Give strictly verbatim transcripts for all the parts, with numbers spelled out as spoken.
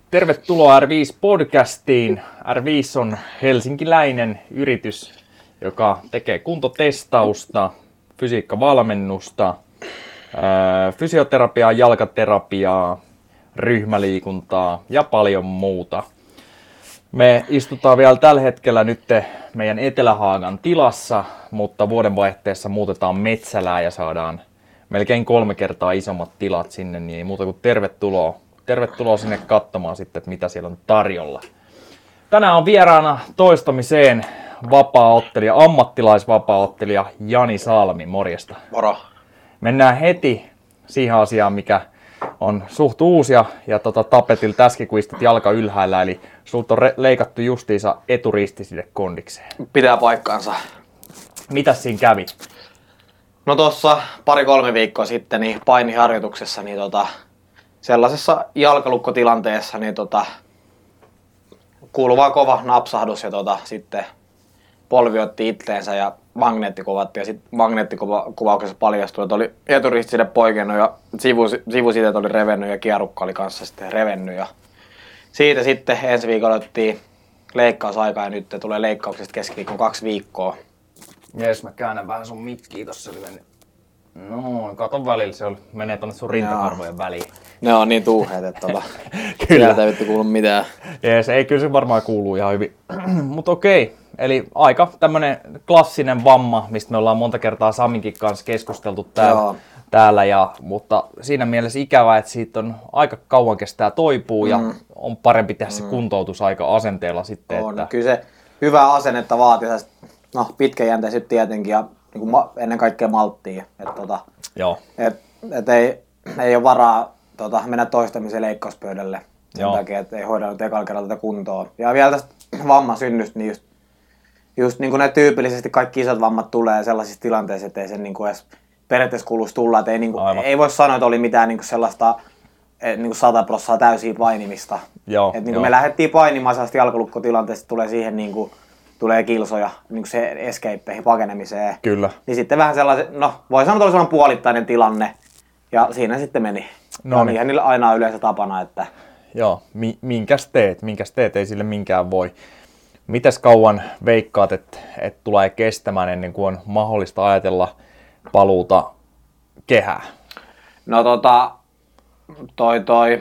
Tervetuloa R viisi podcastiin. R viisi on helsinkiläinen yritys, joka tekee kuntotestausta, fysiikkavalmennusta, fysioterapiaa, jalkaterapiaa, ryhmäliikuntaa ja paljon muuta. Me istutaan vielä tällä hetkellä nyt meidän Etelä-Haagan tilassa, mutta vuodenvaihteessa muutetaan Metsälään ja saadaan melkein kolme kertaa isommat tilat sinne, niin ei muuta kuin tervetuloa. Tervetuloa sinne katsomaan sitten, että mitä siellä on tarjolla. Tänään on vieraana toistamiseen vapaa-ottelija, ammattilaisvapaa-ottelija Jani Salmi. Morjesta. Moro. Mennään heti siihen asiaan, mikä on suht uusi ja, ja tota, tapetilla tässäkin, kun istut jalka ylhäällä. Eli sulta on re- leikattu justiinsa eturisti sinne kondikseen. Pitää paikkaansa. Mitäs siinä kävi? No tossa pari-kolme viikkoa sitten niin painiharjoituksessa niin tota, sellaisessa jalkalukkotilanteessa niin tota, kuului vaan kova napsahdus ja tota, sitten polvi otti itteensä ja magneettikuvattiin ja sitten magneettikuvauksessa paljastui, että oli eturisti sinne poikennut ja sivusiteet oli revennyt ja kierukka oli kanssa sitten revennyt. Ja siitä sitten ensi viikolla otettiin leikkausaika ja nyt tulee leikkauksesta keskiviikon kaksi viikkoa. Jees, mä käännän vähän sun mikkiä tossa. No, katon välillä se oli, menee tonne sun rintakarvojen väliin. Ne on niin tuuheet, että tota, sieltä ei vittu kuulu mitään. Jees, ei kyllä se varmaan kuuluu ihan hyvin. Mut okei, eli aika tämmönen klassinen vamma, mistä me ollaan monta kertaa Saminkin kanssa keskusteltu täällä. täällä ja, mutta siinä mielessä ikävä, että siitä on aika kauan kestää toipuu mm. ja on parempi tehdä se mm. kuntoutus aika asenteella sitten. On, että... kyllä se hyvää asennetta vaatii, no pitkäjänteisyyttä tietenkin ja niin kuin ma- ennen kaikkea malttia. Että tota, Joo. Et, et ei, ei ole varaa tota, mennä toistamiseen leikkauspöydälle sen Joo. takia, että ei hoida nyt ekalla kerralla tätä kuntoa. Ja vielä tästä vamman synnystä, niin just, just niin kuin ne tyypillisesti kaikki isot vammat tulee sellaisissa tilanteissa, että ei sen niin kuin edes periaatteessa kuuluisi tulla. Että ei, niin kuin, ei voi sanoa, että oli mitään niin kuin sellaista niin kuin sata prosenttia täysiä painimista. Joo, et, niin jo. Me lähdettiin painimaan sellaista jalkalukkotilanteesta, tulee siihen niin kuin, tulee kilsoja niin se escapeihin, pakenemiseen. Kyllä. Niin sitten vähän sellainen, no voi sanoa, että oli sellainen puolittainen tilanne. Ja siinä sitten meni. No niin. Niinhän niillä aina on yleensä tapana, että... Joo, mi- minkäs teet, minkäs teet, ei sille minkään voi. Mites kauan veikkaat, että et tulee kestämään ennen kuin on mahdollista ajatella paluuta kehää? No tota, toi toi,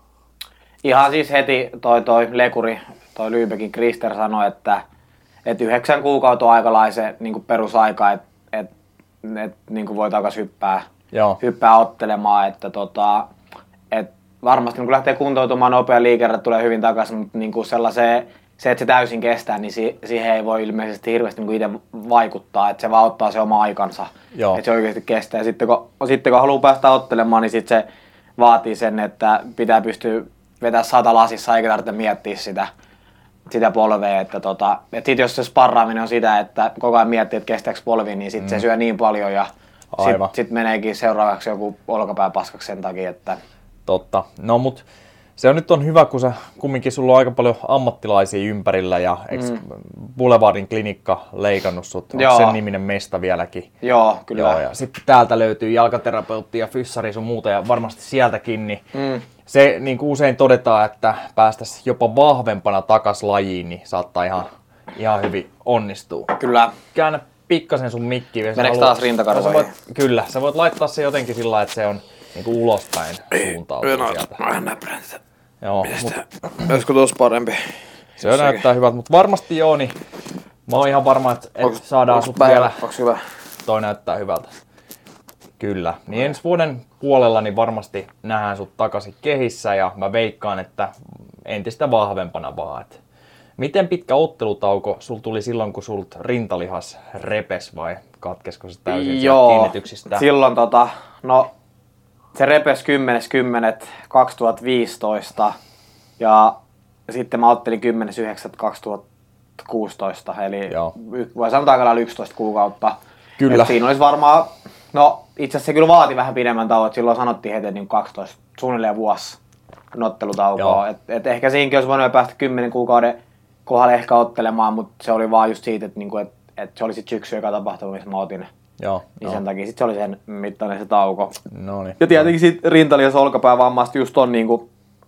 ihan siis heti toi toi lekuri, toi Lübeckin Krister sanoi, että et yhdeksän kuukautta on aikalaisen niin kuin perusaika, että et, et, niin kuin voi takas hyppää, hyppää ottelemaan, että tota, et varmasti niin kun lähtee kuntoutumaan nopea liikenne, tulee hyvin takaisin, mutta niin kuin sellaiseen, se, että se täysin kestää, niin si- siihen ei voi ilmeisesti hirveästi niin kuin itse vaikuttaa, että se vaan ottaa se oma aikansa, Joo. että se oikeasti kestää. Ja sitten kun, sitten kun haluaa päästä ottelemaan, niin sitten se vaatii sen, että pitää pystyä vetämään sata lasissa eikä tarvitse miettiä sitä. sitä polvea, että tota, et sit jos se sparraaminen on sitä, että koko ajan miettii, että kestääkö polvi, niin sit mm. se syö niin paljon ja sit, sit meneekin seuraavaksi joku olkapää paskaksi sen takia, että... Totta. No mut se on nyt on hyvä, kun sä kumminkin sulla on aika paljon ammattilaisia ympärillä ja eikö mm. Boulevardin klinikka leikannut sut? Onko sen niminen mesta vieläkin? Joo, kyllä. Joo, ja sitten täältä löytyy jalkaterapeutti ja fyssari sun muuta ja varmasti sieltäkin, niin mm. se niin kuin usein todetaan, että päästäisiin jopa vahvempana takas lajiin, niin saattaa ihan, ihan hyvin onnistua. Kyllä. Käännä pikkasen sun mikkiin. Meneekö haluat... taas rintakarvoihin? Kyllä, sä voit laittaa se jotenkin sillä lailla, että se on niin kuin ulospäin suuntautuu sieltä. Mä en näpärän sitä. Joo. Mut... Olisiko tuossa parempi? Se Jossakin. Näyttää hyvältä, mutta varmasti joo, niin mä oon ihan varma, että et saadaan onks sut päivä? Vielä. Onks hyvä? Toi näyttää hyvältä. Kyllä. Niin ensi vuoden puolella niin varmasti nähdään sut takaisin kehissä ja mä veikkaan, että entistä vahvempana vaan. Et miten pitkä ottelutauko sul tuli silloin, kun sulta rintalihas repes vai katkesko se täysin Joo, kiinnityksistä? Silloin tota, no se repes kymmenes kymmenes kaksituhattaviisitoista ja sitten mä ottelin kymmenes yhdeksättä kaksituhattakuusitoista, eli Joo. voi sanoa aika lailla yksitoista kuukautta. Kyllä. Et siinä olisi varmaan, no itse asiassa se kyllä vaati vähän pidemmän tauon, että silloin sanottiin heti, että niin kaksitoista, suunnilleen vuosi ottelutaukoa. Et, et ehkä siinäkin olisi voinut päästä kymmenen kuukauden kohdalle ehkä ottelemaan, mutta se oli vaan just siitä, että, niinku, että, että se oli sit syksy, joka tapahtui, missä mä otin. Joo, niin sen takia sit se oli sen mittainen se tauko. Noniin. Ja tietenkin sit rintalihas olkapäävammasta just on niinku,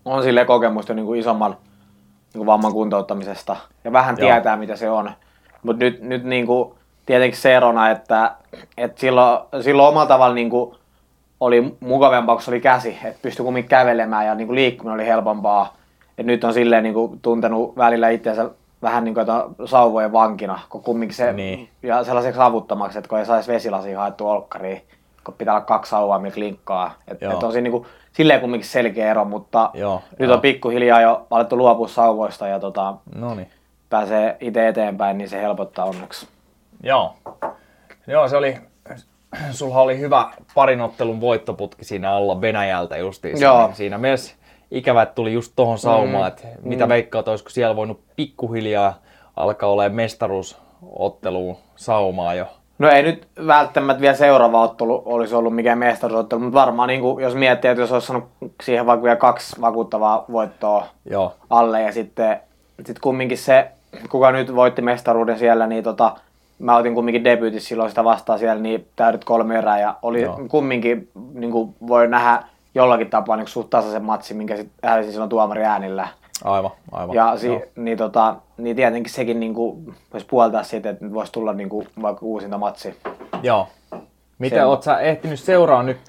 on silleen kokemusta niin kuin isomman niin kuin vamman kuntouttamisesta ja vähän Joo. tietää mitä se on. Mutta nyt, nyt niin kuin, tietenkin se erona, että, että silloin, silloin omalla tavalla niin kuin, oli mukavampaa, kun se oli käsi, että pystyi kumminkin kävelemään ja niin kuin liikkuminen oli helpompaa. Et nyt on silleen niin kuin, tuntenut välillä itseänsä vähän niin kuin sauvojen vankina, kun kumminkin se, Niin. ja sellaiseksi avuttomaksi, että kun ei saisi vesilasia haettua olkkariin, kun pitää olla kaksi sauvaa, millä klinkkaa. Että et on siinä niin kuin, silleen kumminkin selkeä ero, mutta Joo, nyt joo. on pikkuhiljaa jo alettu luopua sauvoista ja tota, Noniin. pääsee itse eteenpäin, niin se helpottaa onneksi. Joo. Joo, se oli, sulla oli hyvä parinottelun voittoputki siinä alla Venäjältä justiin. Joo. Siinä myös ikävä, että tuli just tohon saumaan, Mm, että mitä mm. veikkaat, olisiko siellä voinut pikkuhiljaa alkaa olemaan mestaruusotteluun saumaa jo. No ei nyt välttämättä vielä seuraava ottelu olisi ollut mikään mestaruusottelu, mutta varmaan niin kuin, jos miettii, että jos olisi saanut siihen vaikka vielä kaksi vakuuttavaa voittoa Joo. alle ja sitten sit kumminkin se, kuka nyt voitti mestaruuden siellä, niin tota, mä otin kumminkin debyytissä silloin sitä vastaan siellä, niin täydet kolme erää ja oli Joo. kumminkin, niin kuin voi nähdä jollakin tapaa niin suht tasaisen matsin, minkä sitten hävisi silloin tuomari äänillä. Aivan, aivan. Ja si, Joo. niin, tota, niin tietenkin sekin niin kuin, voisi puoltaa siitä, että nyt voisi tulla niin kuin, vaikka uusinta matsi. Joo. Miten Sen- oot sä ehtinyt seuraa nyt,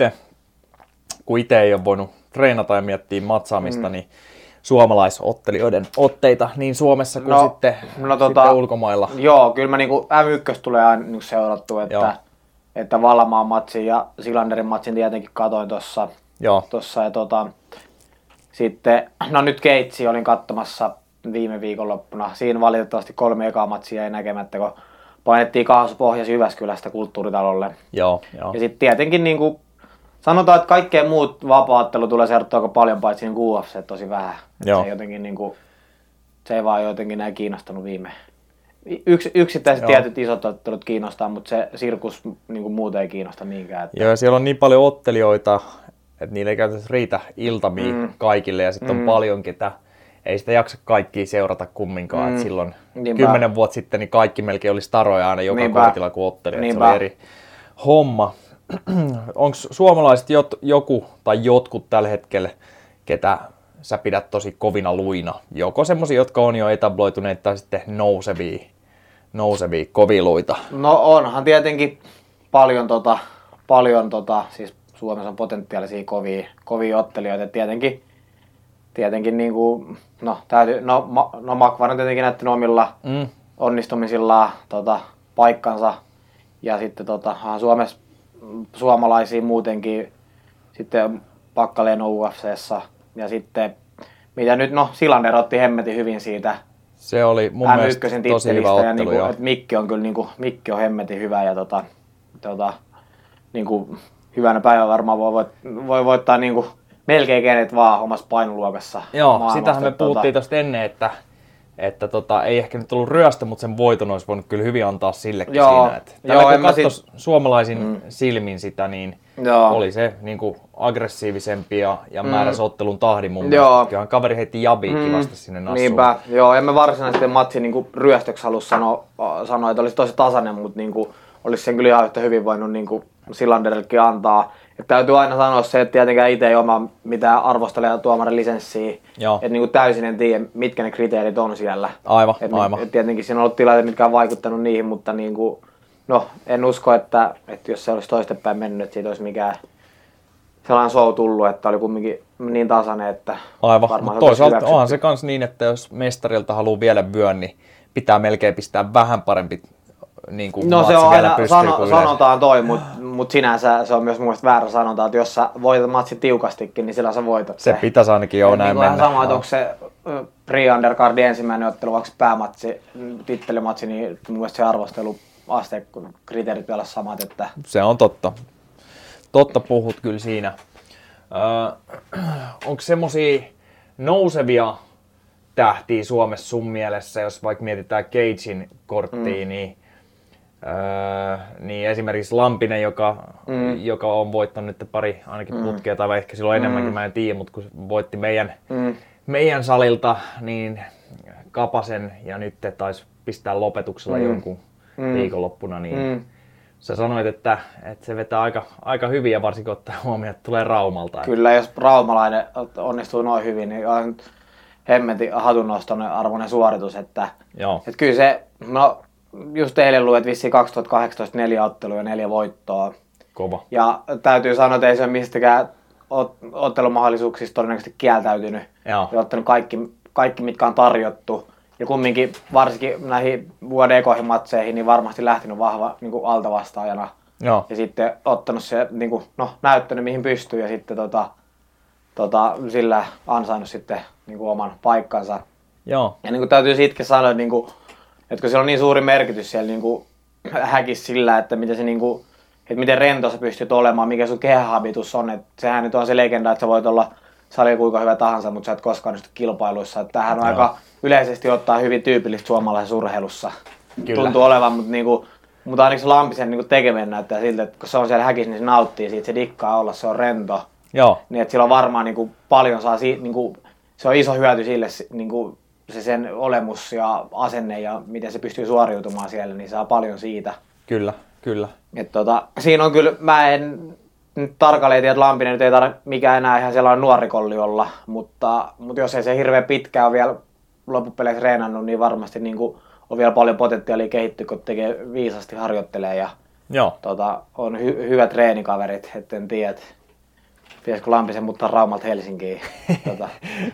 kun itse ei ole voinut treenata ja miettiä matsaamista, mm. niin suomalaisottelijoiden otteita niin Suomessa kuin No, sitten, no, sitten tota, ulkomailla? Joo, kyllä mä niinku M yksi tulee aina niinku seurattua, Joo. että, että Vallamaan matsin ja Silanderin matsin tietenkin katoin tossa. Joo. tossa ja tota, sitten, no nyt Keitsi olin katsomassa viime viikonloppuna. Siinä valitettavasti kolme ekaa matsia jäi näkemättä, kun painettiin kaasupohjasi Jyväskylästä kulttuuritalolle. Joo, joo. Ja sitten tietenkin niinku, sanotaan, että kaikkea muut vapaattelu tulee seurattua aika paljon, paitsi niin U F C tosi vähän. Joo. Se, jotenkin, niinku, se ei vaan jotenkin näin kiinnostanut viime. Yks, yksittäiset Joo. tietyt isot ottelut kiinnostaa, mutta se sirkus niinku, muuten ei kiinnosta niinkään. Että... Joo, ja siellä on niin paljon ottelijoita, että niillä ei käytännössä riitä iltamia Mm. kaikille, ja sitten Mm. on paljon, ketä ei sitä jaksa kaikkia seurata kumminkaan. Mm. Et silloin Niinpä. kymmenen vuotta sitten niin kaikki melkein oli staroja aina joka Niinpä. kortilla kuin ottelijat. Se Niinpä. oli eri homma. Onko suomalaiset jot, joku tai jotkut tällä hetkellä, ketä sä pidät tosi kovina luina? Joko semmoisia, jotka on jo etabloituneet, tai sitten nousevia, nousevia koviluita? No onhan tietenkin paljon, tota, paljon tota, siis Suomessa on potentiaalisia kovia, kovia ottelijoita. Tietenkin, tietenkin niinku, no, täytyy, no, ma, no Makvar on tietenkin näyttänyt omilla Mm. onnistumisillaan tota, paikkansa. Ja sitten tota, onhan Suomessa mm, suomalaisia muutenkin, sitten Pakkaleeno U F C:ssä. Ja sitten, mitä nyt, no Silander otti hemmetin hyvin siitä Se oli mun M mielestä yksi tosi hyvä tittelistä ja ottelu. niinku, joo. et Mikki on kyllä niinku, Mikki on hemmetin hyvä ja tota, tota, niinku, hyvänä päivänä varmaan voi, voit, voi voittaa niinku, melkein kenet vaan omassa painoluokassa. Joo, maailmasta, sitähän me et puhuttiin tuosta ennen, että, että tota, ei ehkä nyt ollut ryöstö, mutta sen voiton olisi voinut kyllä hyvin antaa sillekin Joo, siinä. Että joo, tällä en kun mä katsoisi sit- suomalaisin Mm. silmin sitä, niin Joo. oli se niin kuin aggressiivisempi ja, ja Mm. määräsi ottelun tahdin mun Joo. mielestä. Kyllähän kaveri heitti jabiin Mm, kivasti sinne nassuun. Niinpä, joo, emme varsinaisesti matsi niinku ryöstöksi halua sanoa, sanoa, että olisi tosi tasainen, mutta niinku, olisi sen kyllä ihan yhtä hyvin voinut niinku Silanderillekin antaa. Et täytyy aina sanoa se, että tietenkään itse ei oma mitään arvostelijaa tuomarin lisenssiä. Joo. Että niinku täysin en tiedä, mitkä ne kriteerit on siellä. Aivan, et, aivan. Et tietenkin siinä on ollut tilanteita, mitkä on vaikuttanut niihin, mutta niinku, no, en usko, että, että jos se olisi toistepäin mennyt, että siitä olisi mikään sellainen show tullut, että oli kumminkin niin tasainen, että Aivan, varmaan mutta se olisi toisaalta hyväksytty. onhan se kans niin, että jos mestarilta haluaa vielä vyön, niin pitää melkein pistää vähän parempi niin kuin No se matsi on vielä aina, pystyyn sano, kuin yleensä. sanotaan toi, mutta mut sinänsä se on myös mun mielestä väärä sanonta, että jos sä voitat matsi tiukastikin, niin sillä sä voitat Se pitäisi ainakin jo Et näin niinku mennä. ihan sama, että Joo. onko se ö, pre-undercardin ensimmäinen ottelu, vaikka päämatsi, tittelimatsi, niin mun mielestä se arvosteluaste, kun kriteerit vielä samat, että Se on totta. Totta puhut kyllä siinä. Öö, onko semmosia nousevia tähtiä Suomessa sun mielessä, jos vaikka mietitään Cagein korttia, mm. niin, öö, niin esimerkiksi Lampinen, joka, mm. joka on voittanut nyt pari ainakin putkea, tai ehkä silloin enemmänkin, mm. mä en tiedä, mutta kun voitti meidän, mm, meidän salilta, niin Kapasen ja nyt taisi pistää lopetuksella Mm. jonkun Mm. viikonloppuna, niin mm, Sä sanoit, että, että se vetää aika, aika hyvin ja varsinkin ottaa huomioon, että tulee Raumalta. Kyllä, jos raumalainen onnistuu noin hyvin, niin on hemmetin hatunnoston arvoinen suoritus. Että, Joo. että kyllä se, no just eilen luin, että vissiin kaksituhattakahdeksantoista neljä ottelua ja neljä voittoa. Kova. Ja täytyy sanoa, että ei se ole mistäkään ottelumahdollisuuksista todennäköisesti kieltäytynyt. Joo. Ja ottanut kaikki, kaikki, mitkä on tarjottu. Ja kumminkin varsinkin näihin vuoden ekoihin matseihin, niin varmasti lähtenyt vahva niin kuin altavastaajana. Joo. Ja sitten ottanut se, niin kuin, no, näyttänyt mihin pystyy ja sitten tota, tota, sillä ansainnut sitten niin kuin oman paikkansa. Joo. Ja niin kuin täytyy siitäkin sanoa, että, niin kuin, että kun siellä on niin suuri merkitys siellä niin kuin, häkissä sillä, että miten, se, niin kuin, että miten rento sä pystyt olemaan, mikä sun kehähabitus on. Että sehän nyt on se legenda, että sä voit olla salilla kuinka hyvä tahansa, mutta sä et koskaan onnistu kilpailuissa. Että tämähän on Joo. aika yleisesti ottaa hyvin tyypillistä suomalaisessa urheilussa. Kyllä. Tuntuu olevan, mutta, niin kuin, mutta ainakin se Lampisen niin tekeminen näyttää siltä, että kun se on siellä häkissä, niin se nauttii siitä, se dikkaa olla, se on rento. Joo. Niin että sillä on varmaan niin kuin, paljon saa, niin kuin, se on iso hyöty sille, niin kuin, se sen olemus ja asenne ja miten se pystyy suoriutumaan siellä, niin saa paljon siitä. Kyllä, kyllä. Et, tota, siinä on kyllä, mä en nyt tarkalleen tiedä, että Lampinen nyt ei tarvitse mikään enää ihan sellainen nuori kolli olla, mutta, mutta jos ei se hirveän pitkään ole vielä loppupeleissä reenannut, niin varmasti niin kuin, on vielä paljon potentiaalia kehittyä, kun tekee viisasti, harjoittelee ja Joo. Tota, on hy- hyvät treenikaverit, etten tiedä, pitäisikö Lampisen muuttaa Raumalta Helsinkiin. Tota,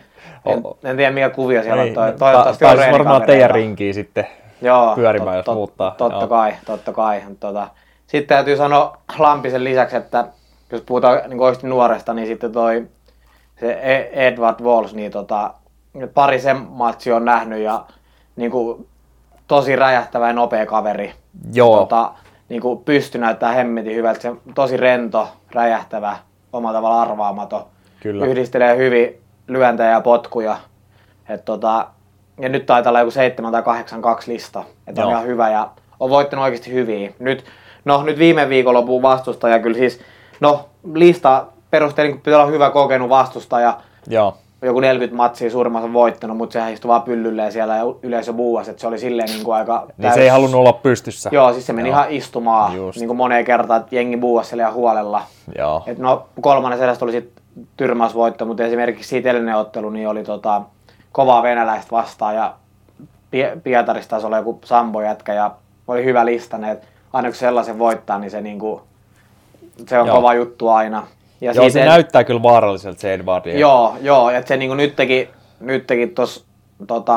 en, en tiedä mikä kuvio siellä on, toi, toivottavasti ta- on treenikavereita. varmaan teidän rinkiin sitten Joo, pyörimään, tot, jos tot, muuttaa. Totta Joo. kai, totta kai. Tota, sitten täytyy sanoa Lampisen lisäksi, että jos puhutaan niin oikeasti nuoresta, niin sitten toi se Edward Walls, niin tota, pari sen matsia on nähnyt ja niin kuin, tosi räjähtävä ja nopea kaveri. Joo. Tota, niin kuin pysty näyttää hemmetin hyvältä, se tosi rento, räjähtävä, omalla tavalla arvaamaton. Kyllä. Yhdistelee hyvin lyöntejä ja potkuja. Et tota, ja nyt taitaa olla joku seitsemän tai kahdeksan kaksi lista. Et on Joo. ihan hyvä ja on voittanut oikeasti hyviä. Nyt, no, nyt viime viikonlopun vastustaja kyllä siis, no lista perusteella pitää olla hyvä kokenut vastustaja. Joo. Joku neljäkymmentä matsia suurimmassa voittanut, mutta sehän istui vaan pyllylleen siellä ja yleisö buuasi, että se oli silleen niin kuin aika täys... Niin se ei halunnut olla pystyssä. Joo, siis se meni Joo. ihan istumaan niin kuin moneen kertaan, että jengi buuasi siellä ihan huolella. Joo. Et no kolmannen erästä oli sitten tyrmäysvoitto, mutta esimerkiksi siitä edellinen ottelu niin oli tota, kovaa venäläistä vastaan ja Pietarissa taisi olla joku Sambo-jätkä ja oli hyvä listane, että aina kun sellaisen voittaa, niin se, niin kuin, se on Joo. kova juttu aina. Ja Joo, se en... näyttää kyllä vaaralliselta se Edwardia. Joo, joo, että se niinku nyt teki, nyt teki tossa, tota,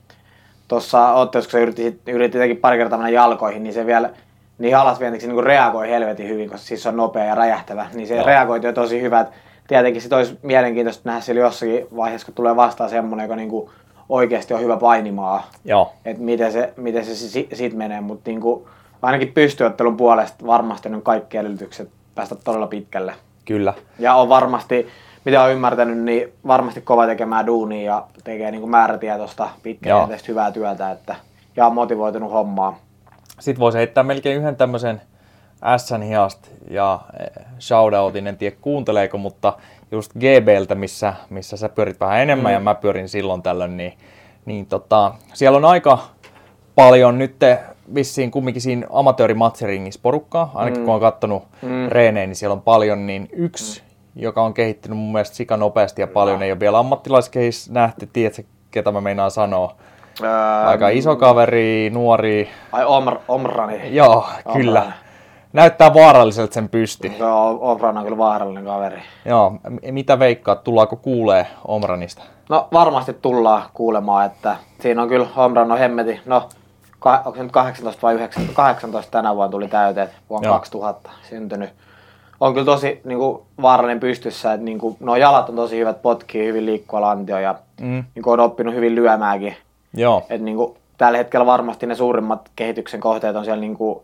tossa ottelussa, kun se yritti, yritti teki pari kertaa mennä jalkoihin, niin se vielä niin alasvientiksi niinku reagoi helvetin hyvin, koska siis se on nopea ja räjähtävä, niin se Joo. reagoi jo tosi hyvä. Et tietenkin sit olisi mielenkiintoista nähdä siellä jossakin vaiheessa, kun tulee vastaan semmonen, joka niinku oikeasti on hyvä painimaa, Joo. että miten se, miten se sit, sit menee, mutta niinku, ainakin pystyottelun puolesta varmasti on kaikki edellytykset päästä todella pitkälle. Kyllä. Ja on varmasti, mitä olen ymmärtänyt, niin varmasti kova tekemään duunia ja tekee niin kuin määrätietoista, pitkäjänteistä hyvää työtä että, ja on motivoitunut hommaa. Sitten voisi heittää melkein yhden tämmöisen S-hiast ja shoutoutin, en tiedä kuunteleeko, mutta just G B:ltä, missä, missä sä pyörit vähän enemmän mm. ja mä pyörin silloin tällöin, niin, niin tota, siellä on aika paljon nyt vissiin kumminkin siinä amatöörimatseringissä porukkaa, ainakin mm. kun on katsonut mm. reenejä, niin siellä on paljon, niin yksi, mm. joka on kehittynyt mun mielestä sika nopeasti ja paljon, ei ole vielä ammattilaiskehis nähty, tiedätkö ketä mä meinaan sanoa? Ää, Aika iso kaveri, nuori. Ai Omr, Omrani. Joo, Omrani. kyllä. Näyttää vaaralliselta sen pysti. Joo, Omran on kyllä vaarallinen kaveri. Joo, m- mitä veikkaat, tullaanko kuulee Omranista? No varmasti tullaan kuulemaan, että siinä on kyllä Omran on hemmeti. No, ka- onko se nyt kahdeksantoista vai yhdeksäntoista? kahdeksantoista tänä vuonna tuli täyteet, vuonna Joo. kaksituhatta syntynyt. On kyllä tosi niin kuin, vaarallinen pystyssä, että niin kuin, no jalat on tosi hyvät, potkii hyvin liikkua lantio ja Mm. niin kuin, on oppinut hyvin lyömäänkin. Joo, Et, niin kuin, tällä hetkellä varmasti ne suurimmat kehityksen kohteet on siellä niin kuin,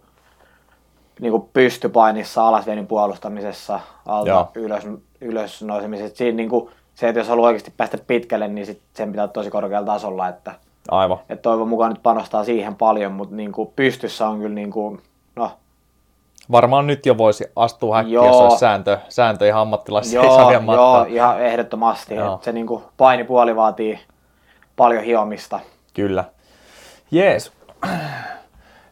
niin kuin pystypainissa, alasvienin puolustamisessa, alta Joo. ylös, ylös nousemisessa. Siinä, niin kuin, se, että jos haluaa oikeasti päästä pitkälle, niin sit sen pitää olla tosi korkealla tasolla. Että, aivan. että toivon mukaan nyt panostaa siihen paljon, mutta niin kuin, pystyssä on kyllä niin kuin, no, Varmaan nyt jo voisi astua häkkiä, Joo. jos olisi sääntö, sääntö ihan ammattilaisia ei joo, saa vielä matkaa. joo, ihan ehdottomasti. Joo. Et se niin kuin, painipuoli vaatii paljon hiomista. Kyllä. Jees.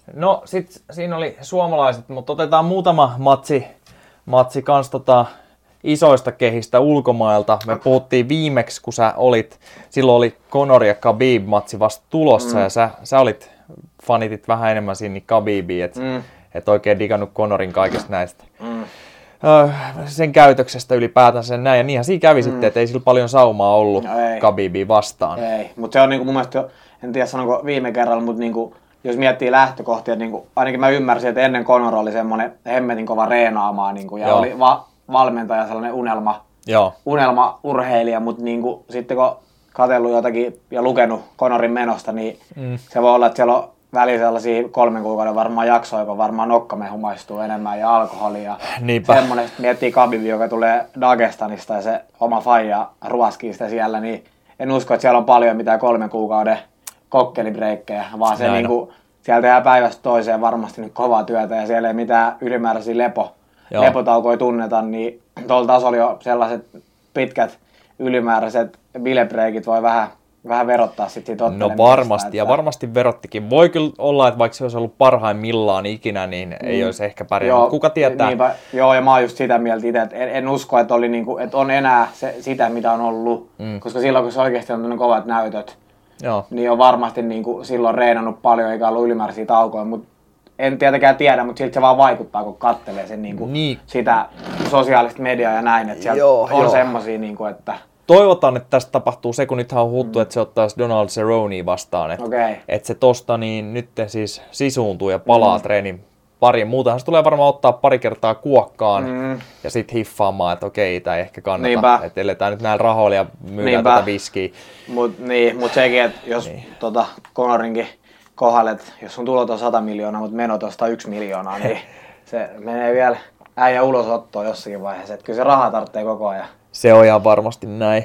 No sit siinä oli suomalaiset, mutta otetaan muutama matsi, matsi kans tota isoista kehistä ulkomailta. Me puhuttiin viimeksi, kun sä olit, silloin oli Conor ja Khabib-matsi vasta tulossa mm. ja sä, sä olit, fanitit vähän enemmän siinä Khabibia, että mm. et oikein digannut Conorin kaikista näistä. Mm. Öö, sen käytöksestä ylipäätänsä näin, ja niinhän siinä kävi mm. sitten, että ei sillä paljon saumaa ollut no Khabibia vastaan. Ei, mutta se on niinku mun mielestä jo, en tiedä sanonko viime kerralla, mutta niinku, jos miettii lähtökohtia, niinku, ainakin mä ymmärsin, että ennen Conor oli semmoinen hemmetin kova reenaamaa, niinku, ja Joo. oli va- valmentaja sellainen unelma, Joo. unelma-urheilija, mutta niinku, sitten kun katsellut jotakin ja lukenut Conorin menosta, niin mm. se voi olla, että siellä on väliin sellaisia kolmen kuukauden varmaan jaksoja, kun varmaan nokkamehu maistuu enemmän ja alkoholia. Niinpä. Semmoinen, miettii Khabib, joka tulee Dagestanista ja se oma faija ruoskii sitä siellä, niin en usko, että siellä on paljon mitään kolmen kuukauden kokkelibreikkejä, vaan se niinku, siellä tehdään päivästä toiseen varmasti nyt kovaa työtä ja siellä ei mitään ylimääräisiä lepo, lepotaukoja tunneta, niin tuolla tasolla jo sellaiset pitkät ylimääräiset bilebreikit voi vähän Vähän verottaa sitten siitä No varmasti, että... ja varmasti verottikin. Voi kyllä olla, että vaikka se olisi ollut parhaimmillaan ikinä, niin mm. ei olisi ehkä pärjännyt. Joo, kuka tietää? Niinpä, joo, ja mä oon just sitä mieltä itse, että en, en usko, että, oli niinku, että on enää se, sitä, mitä on ollut. Mm. Koska silloin, kun se oikeasti on kovat näytöt, joo. niin on varmasti niinku, silloin reenannut paljon, eikä ollut ylimääräisiä taukoja. Mut en tietenkään tiedä, mutta silti se vaan vaikuttaa, kun katselee sen, niinku, niin. sitä sosiaalista mediaa ja näin. Että siellä joo, on joo. semmosia, niinku, että... Toivotaan, että tästä tapahtuu se, kun nythän on huuttu, mm. että se ottaisi Donald Cerrone vastaan. Että okay. et se tosta niin nyt siis sisuuntuu ja palaa mm. treenin pariin. Muutenhan se tulee varmaan ottaa pari kertaa kuokkaan mm. ja sitten hiffaamaan, että okei, tämä ei ehkä kannata. Että eletään nyt näillä rahoilla ja myydään Niinpä. tätä viskiä. Mutta niin, mut sekin, että jos niin. tota, Conorinkin kohdalle, että jos sun tulot on sata miljoonaa, mutta menot on sata yksi miljoonaa, niin se menee vielä äijä ulosottoon jossakin vaiheessa. Että kyllä se rahaa tarvitsee koko ajan. Se on ihan varmasti näin.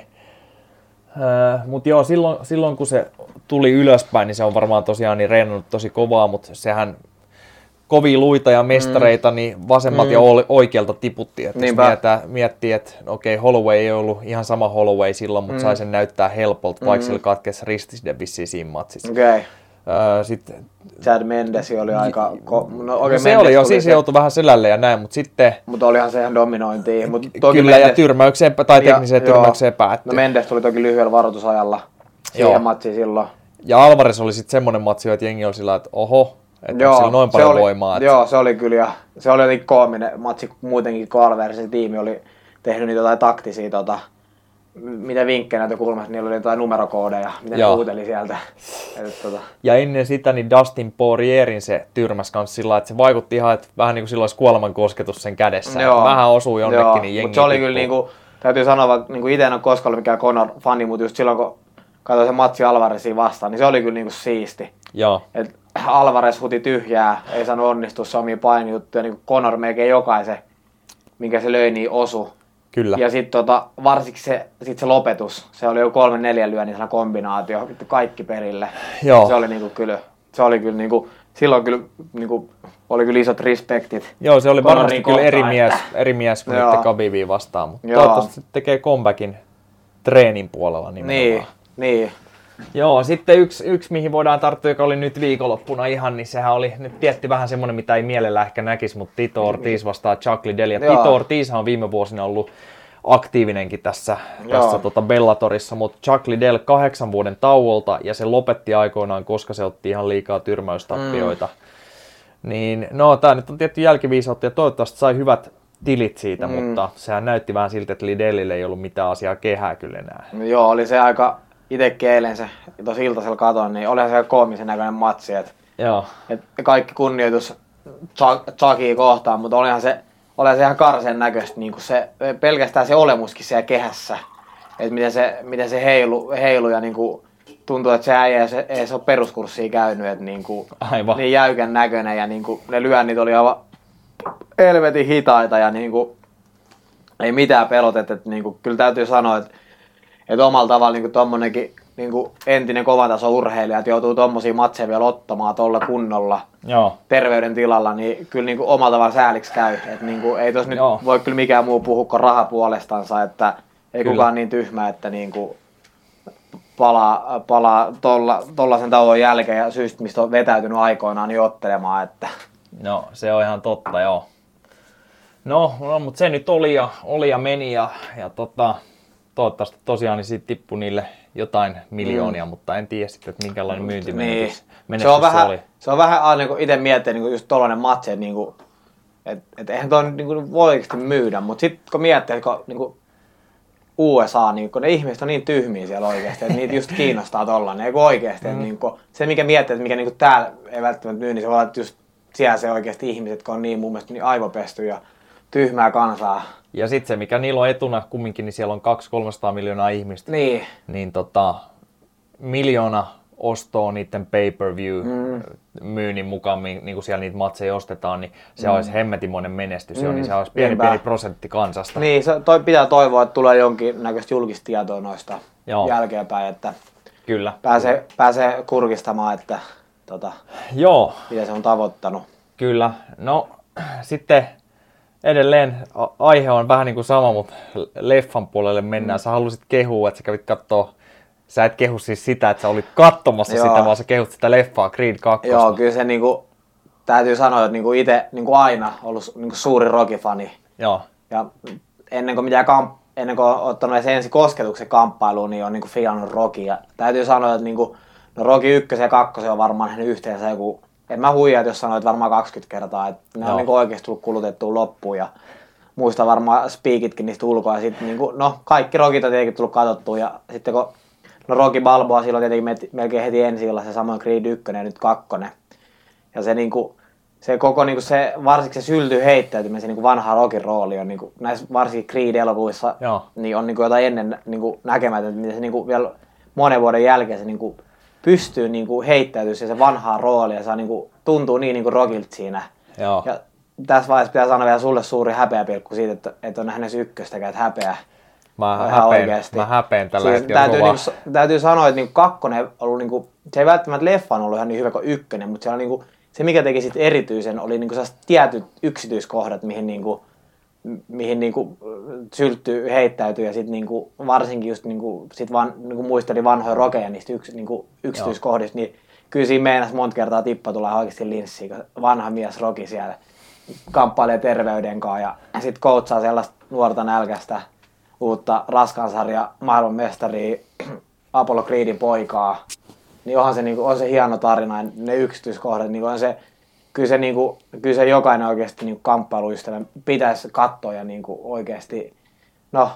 Öö, mutta joo, silloin, silloin kun se tuli ylöspäin, niin se on varmaan tosiaan niin reenannut tosi kovaa, mutta sehän kovia luita ja mestareita, mm. niin vasemmat mm. ja oikealta tiputti. Että jos miettii, miettii, että okei, Holloway ei ollut ihan sama Holloway silloin, mutta mm. sai sen näyttää helpolta, vaikka mm. sillä katkesi ristisde vissiin siinä matsissa. Okay. Öö, sit, Chad Mendes oli aika... Ko- no, okay, se oli jo, siis se joutui vähän selälle ja näin, mutta sitten... Mutta olihan se ihan dominointia. Mut toki kyllä, Mendes... ja tyrmäykseen, tai tekniseen ja, tyrmäykseen joo. päättyi. No Mendes tuli toki lyhyellä varoitusajalla siihen matsiin silloin. Ja Alvarez oli sitten semmoinen matsi, että jengi oli sillä, että oho, että joo, sillä noin paljon oli, voimaa. Että... Joo, se oli kyllä, ja se oli jotenkin koominen matsi muutenkin, kun Alvarezin tiimi oli tehnyt niitä jotain taktisia, tota, mitä vinkkejä näitä kulmasta, niillä oli jotain numerokoodeja, mitä ne huuteli sieltä. Et, tota. Ja ennen sitä niin Dustin Poirierin se tyrmäs kanssa sillä, että se vaikutti ihan, että vähän niin kuin silloin olisi kuoleman kosketus sen kädessä. Joo. Vähän osui jonnekin, joo. niin jengi Mutta se oli kyllä, niin kuin, täytyy sanoa, vaikka niin itse en ole koskaan ollut mikään Conor-fani, mutta just silloin kun katsoin sen matsi Alvarezia vastaan, niin se oli kyllä niin kuin siisti. Joo. Et Alvarez huti tyhjää, ei saanut onnistua se omia painijuttuja, niin kuin Conor melkein jokaisen, minkä se löi, niin osu. Kyllä. Ja sitten tota, varsinkin se, sit se lopetus, se oli jo kolme neljän lyönnin kombinaatio, kaikki perille. Joo. Se oli niinku kyllä, se oli kyllä niinku, silloin kyllä niinku, oli kyllä isot respektit. Joo, se oli Conorin varmasti kyllä eri mies, eri mies kuin nyt Khabibia vastaan, mutta toivottavasti tekee comebackin treenin puolella nimenomaan. Niin, niin. Joo, sitten yksi, yksi mihin voidaan tarttua, joka oli nyt viikonloppuna ihan, niin sehän oli nyt tietty vähän semmoinen, mitä ei mielellä ehkä näkisi, mutta Tito Ortiz vastaa Chuck Liddell. Ja Tito Ortiz on viime vuosina ollut aktiivinenkin tässä, tässä tota Bellatorissa, mutta Chuck Liddell kahdeksan vuoden tauolta ja se lopetti aikoinaan, koska se otti ihan liikaa tyrmäystappioita. Mm. Niin, no tää nyt on tietty jälkiviisautta ja toivottavasti sai hyvät tilit siitä, mm. mutta sehän näytti vähän siltä, että Liddellille ei ollut mitään asiaa kehää kyllä enää. No joo, oli se aika... Itsekin eilen se, tuossa iltasella katoin, niin olihan se koomisen näköinen matsi. Et, Joo. Et kaikki kunnioitus Chuckia kohtaan, mutta olihan se, olihan se ihan karsen näköistä. Niin se, pelkästään se olemuskin siellä kehässä. Että miten se, miten se heilu, heilu ja niin kuin, tuntuu, että se äijä ei se, ei se ole peruskurssia käynyt. Et niin, kuin, niin jäykän näköinen ja niin kuin, ne lyönnit oli aivan helvetin hitaita ja niin kuin, ei mitään pelotetta. Et, niin kuin, kyllä täytyy sanoa, että Että omalla tavalla niin tommonenkin niin entinen kovataso urheilija, että joutuu tommosia matseja vielä ottamaan tuolla kunnolla Joo. terveydentilalla, niin kyllä niin omalla tavalla sääliksi käy. Että niin ei tos nyt voi kyllä mikään muu puhua kuin raha puolestansa, että ei kyllä. kukaan niin tyhmä, että niin kuin palaa, palaa tolla, tollasen tauon jälkeen ja syystä, mistä on vetäytynyt aikoinaan niin ottelemaan. Että. No, se on ihan totta, joo. No, no mutta se nyt oli ja, oli ja meni ja, ja tota, toivottavasti tosiaan niin siitä tippui niille jotain miljoonia, mm. mutta en tiedä sitten, että minkälainen myyntimenestys niin. se, se vähän, oli. Se on vähän aina niin itse miettiä niin just tollainen matsi, että niinku, et, et eihän toi niin voi oikeasti myydä, mutta sitten kun miettii, että kun, niin U S A, niin kun ne ihmiset on niin tyhmiä siellä oikeasti, että niitä just kiinnostaa tollainen, eikö oikeasti. Mm. Niin kun, se mikä miettii, että mikä niin täällä ei välttämättä myy, niin se voi olla, että just siellä se oikeasti ihmiset, kun on niin mun mielestä niin aivopesty ja tyhmää kansaa. Ja sitten se, mikä niillä on etuna kumminkin, niin siellä on kaksisataa kolmesataa miljoonaa ihmistä. Niin. Niin tota, miljoona ostoa niiden pay-per-view mm. myynnin mukaan, niin kuin siellä niitä matseja ostetaan, niin se mm. olisi hemmetimoinen menestys, mm. niin se olisi pieni, pieni prosentti kansasta. Niin, se toi pitää toivoa, että tulee jonkinnäköistä julkista tietoa noista Joo. jälkeenpäin, että Kyllä. Pääsee, pääsee kurkistamaan, että tota, Joo. mitä se on tavoittanut. Kyllä. No sitten edelleen aihe on vähän niin kuin sama, mutta leffan puolelle mennään. Mm. Sä halusit kehua, että sä kävit kattoo. Sä et kehu siis sitä, että sä olit katsomassa Joo. sitä, vaan sä kehut sitä leffaa, Creed kaksi. Joo, kyllä se niinku, täytyy sanoa, että niinku itse niinku aina ollut niinku suuri Rocky-fani. Joo. Ja ennen kuin, mitään kamp- ennen kuin on ottanut edes ensi kosketuksen kamppailuun, niin on niinku fiilannut Rocky. Ja täytyy sanoa, että niinku, no Rocky yksi ja kaksi on varmaan nähnyt yhteensä joku, en mä huijaa, että jos sanoit varmaan kaksikymmentä kertaa, että ne Joo. on niinku oikeasti tullut kulutettua loppuun. Ja muistan varmaan speakitkin niistä ulkoa. Ja sitten niinku, no kaikki Rockit on tietenkin tullut katsottua. Ja sitten kun no Rocky Balboa silloin tietenkin melkein heti ensi illassa, samoin Creed yksi ja nyt kakkonen. Ja se niinku, se koko niinku se, varsinkin se sylty heittäytyminen, se niinku vanha Rockin rooli on niinku, näissä varsinkin Creed-elokuvissa, niin on niinku jotain ennen niinku näkemätöntä, miten se niinku vielä monen vuoden jälkeen se niinku pystyy niinku heittäytymään se vanhaan rooliin ja saa niinku, tuntuu niin niinku Rockilta siinä. Joo. Ja tässä vaiheessa pitää sanoa vielä sulle suuri häpeäpilkku siitä, että et on nähnyt ykköstäkään, että häpeä. Mä häpeen, mä häpeen tällä siis hetkellä täytyy, kovaa. niinku, täytyy sanoa, että niinku kakkonen on ollut, niinku, se ei välttämättä leffan ollut ihan niin hyvä kuin ykkönen, mutta siellä niinku, se mikä teki sit erityisen oli niinku tietyt yksityiskohdat, mihin, niinku, mihin niinku, syltty heittäytyi ja sit niinku, varsinkin just niinku, sit van, niinku, muisteli vanhoja rokeja niistä yks, niinku, yksityiskohdista, niin kyllä siinä meinasi monta kertaa tippa tulee oikeasti linssiin, kun vanha mies Rocky siellä kamppailee terveyden kanssa ja sit coachaa sellaista nuorta nälkästä uutta raskansarja maailmanmestaria Apollo Creedin poikaa, niin onhan se, niinku, on se hieno tarina, ne yksityiskohdat, niin on se, kyllä se, niinku, kyllä se jokainen oikeasti niinku kamppailuystävä pitäisi katsoa ja niinku oikeasti, no,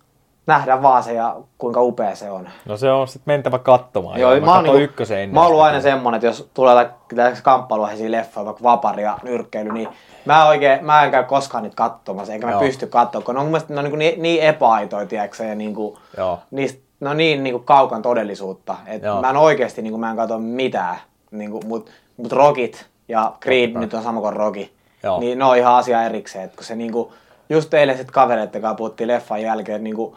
nähdä vaan se ja kuinka upea se on. No se on sitten mentävä katsomaan. Joo, mä mä, niinku, ykkösen mä oon ollut aina semmonen, että jos tulee tällaisia kamppailuaiheisia leffoja, vaikka vapari ja nyrkkeily, niin mä, oikein, mä en käy koskaan niitä katsomassa, eikä mä Joo. pysty katsomaan, kun ne on mun mielestä ne on niin, niin epäaitoja, tiedätkö, ja niinku, niistä, ne on niin niinku kaukan todellisuutta, että mä en oikeesti niinku, mä en katso mitään, niinku, mut, mut Rockit ja Creed nyt on sama kuin Rocky, Joo. niin ne on ihan asia erikseen, että kun se niinku, just eilen sit kavereitten kanssa puhuttiin leffan jälkeen, että niinku,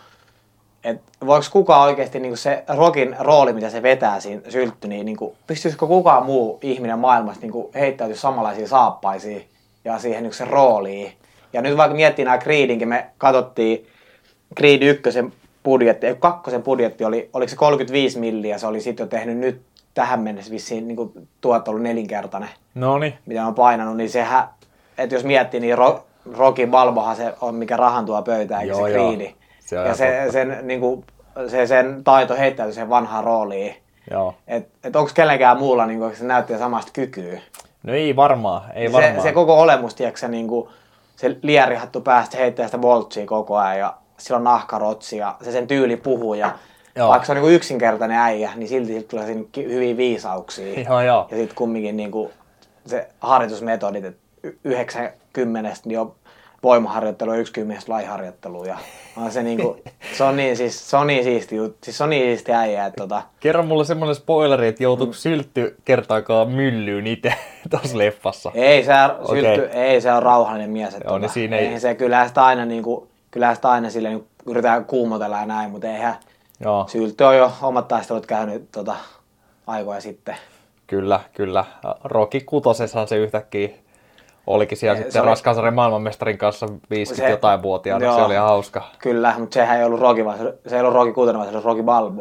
et voiko kukaan oikeasti niinku se Rockin rooli, mitä se vetää siinä syltty, niin niinku, pystyisikö kukaan muu ihminen maailmassa niinku heittäytyä samanlaisiin saappaisiin ja siihen niinku se rooliin. Ja nyt vaikka miettii nämä Creedinkin, me katsottiin Creed ykkösen budjetti, ei kakkosen budjetti oli, oliko se kolmekymmentäviisi milliä, se oli sitten jo tehnyt nyt tähän mennessä vissiin niinku tuotto ollut nelinkertainen. Noniin. Mitä on painanut, niin sehän, että jos miettii, niin Ro, Rocky Balbohan se on mikä rahan tuo pöytään, eikä se Creedi. Se ja se, sen, niinku, se, sen taito heittäytyi sen vanhaan rooliin. Että et onko kellenkään muulla niinku, se näyttää samasta kykyä? No ei varmaan, ei varmaan. Se, se koko olemus, tiiäksä, niinku, se lierihattu päästä heittää sitä boltsia koko ajan ja sillä on nahkarotsi ja se sen tyyli puhuu ja joo. Vaikka se on niinku yksinkertainen äijä, niin silti tulee siinä hyviä viisauksia. Joo, joo. Ja sitten kumminkin niinku, se harjoitusmetodit, että yhdeksänkymmentä niin on voimaharjoittelu ja yksi lajiharjoittelu ja on se niinku, se on niin siis, se on niin siisti juttu, siis se on niin siisti äijä, että tota. Kerro mulle semmonen spoileri, että joutuuko mm. syltty kertaakaan myllyyn itse tossa leffassa? Ei se, okay. Syltty, ei se on rauhallinen mies, että joo, tota, niin siinä ei... ei se, kyllähän sitä aina niinku, kyllähän sitä aina silleen niin yritetään kuumotella ja näin, mutta eihän joo. Syltty on jo omat taistelut käynyt tota, aikoja sitten. Kyllä, kyllä. Rocky kutosessahan se yhtäkkiä olikin siellä se sitten raskansarjan maailmanmestarin kanssa viisikymmentä jotain vuotiaana, se oli ihan hauska. Kyllä, mutta sehän ei ollut Rocky, vaan se ei ollut Rocky kuutonen, vaan se oli Rocky Balboa.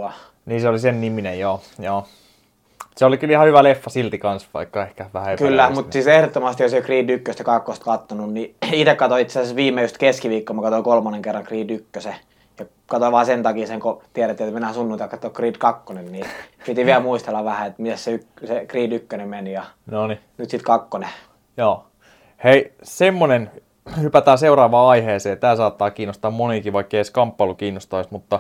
Niin se oli sen niminen, joo. joo. Se oli kyllä ihan hyvä leffa silti kans, vaikka ehkä vähän Kyllä, mutta siis ehdottomasti jos ei Creed yksi ja kaksi kattonut, niin itse katsoin itse asiassa viime just keskiviikko, mä katsoin kolmannen kerran Creed yksi. Ja katsoin vaan sen takia sen, kun tiedettiin, että mennään sunnuntai katsoa Creed kaksi, niin piti vielä muistella vähän, että miten se, y- se Creed yksi meni ja Noniin. Nyt sit kakkonen. Joo. Hei, semmonen, hypätään seuraavaan aiheeseen. Tää saattaa kiinnostaa monikin, vaikka ei edes kamppailu kiinnostaisi, mutta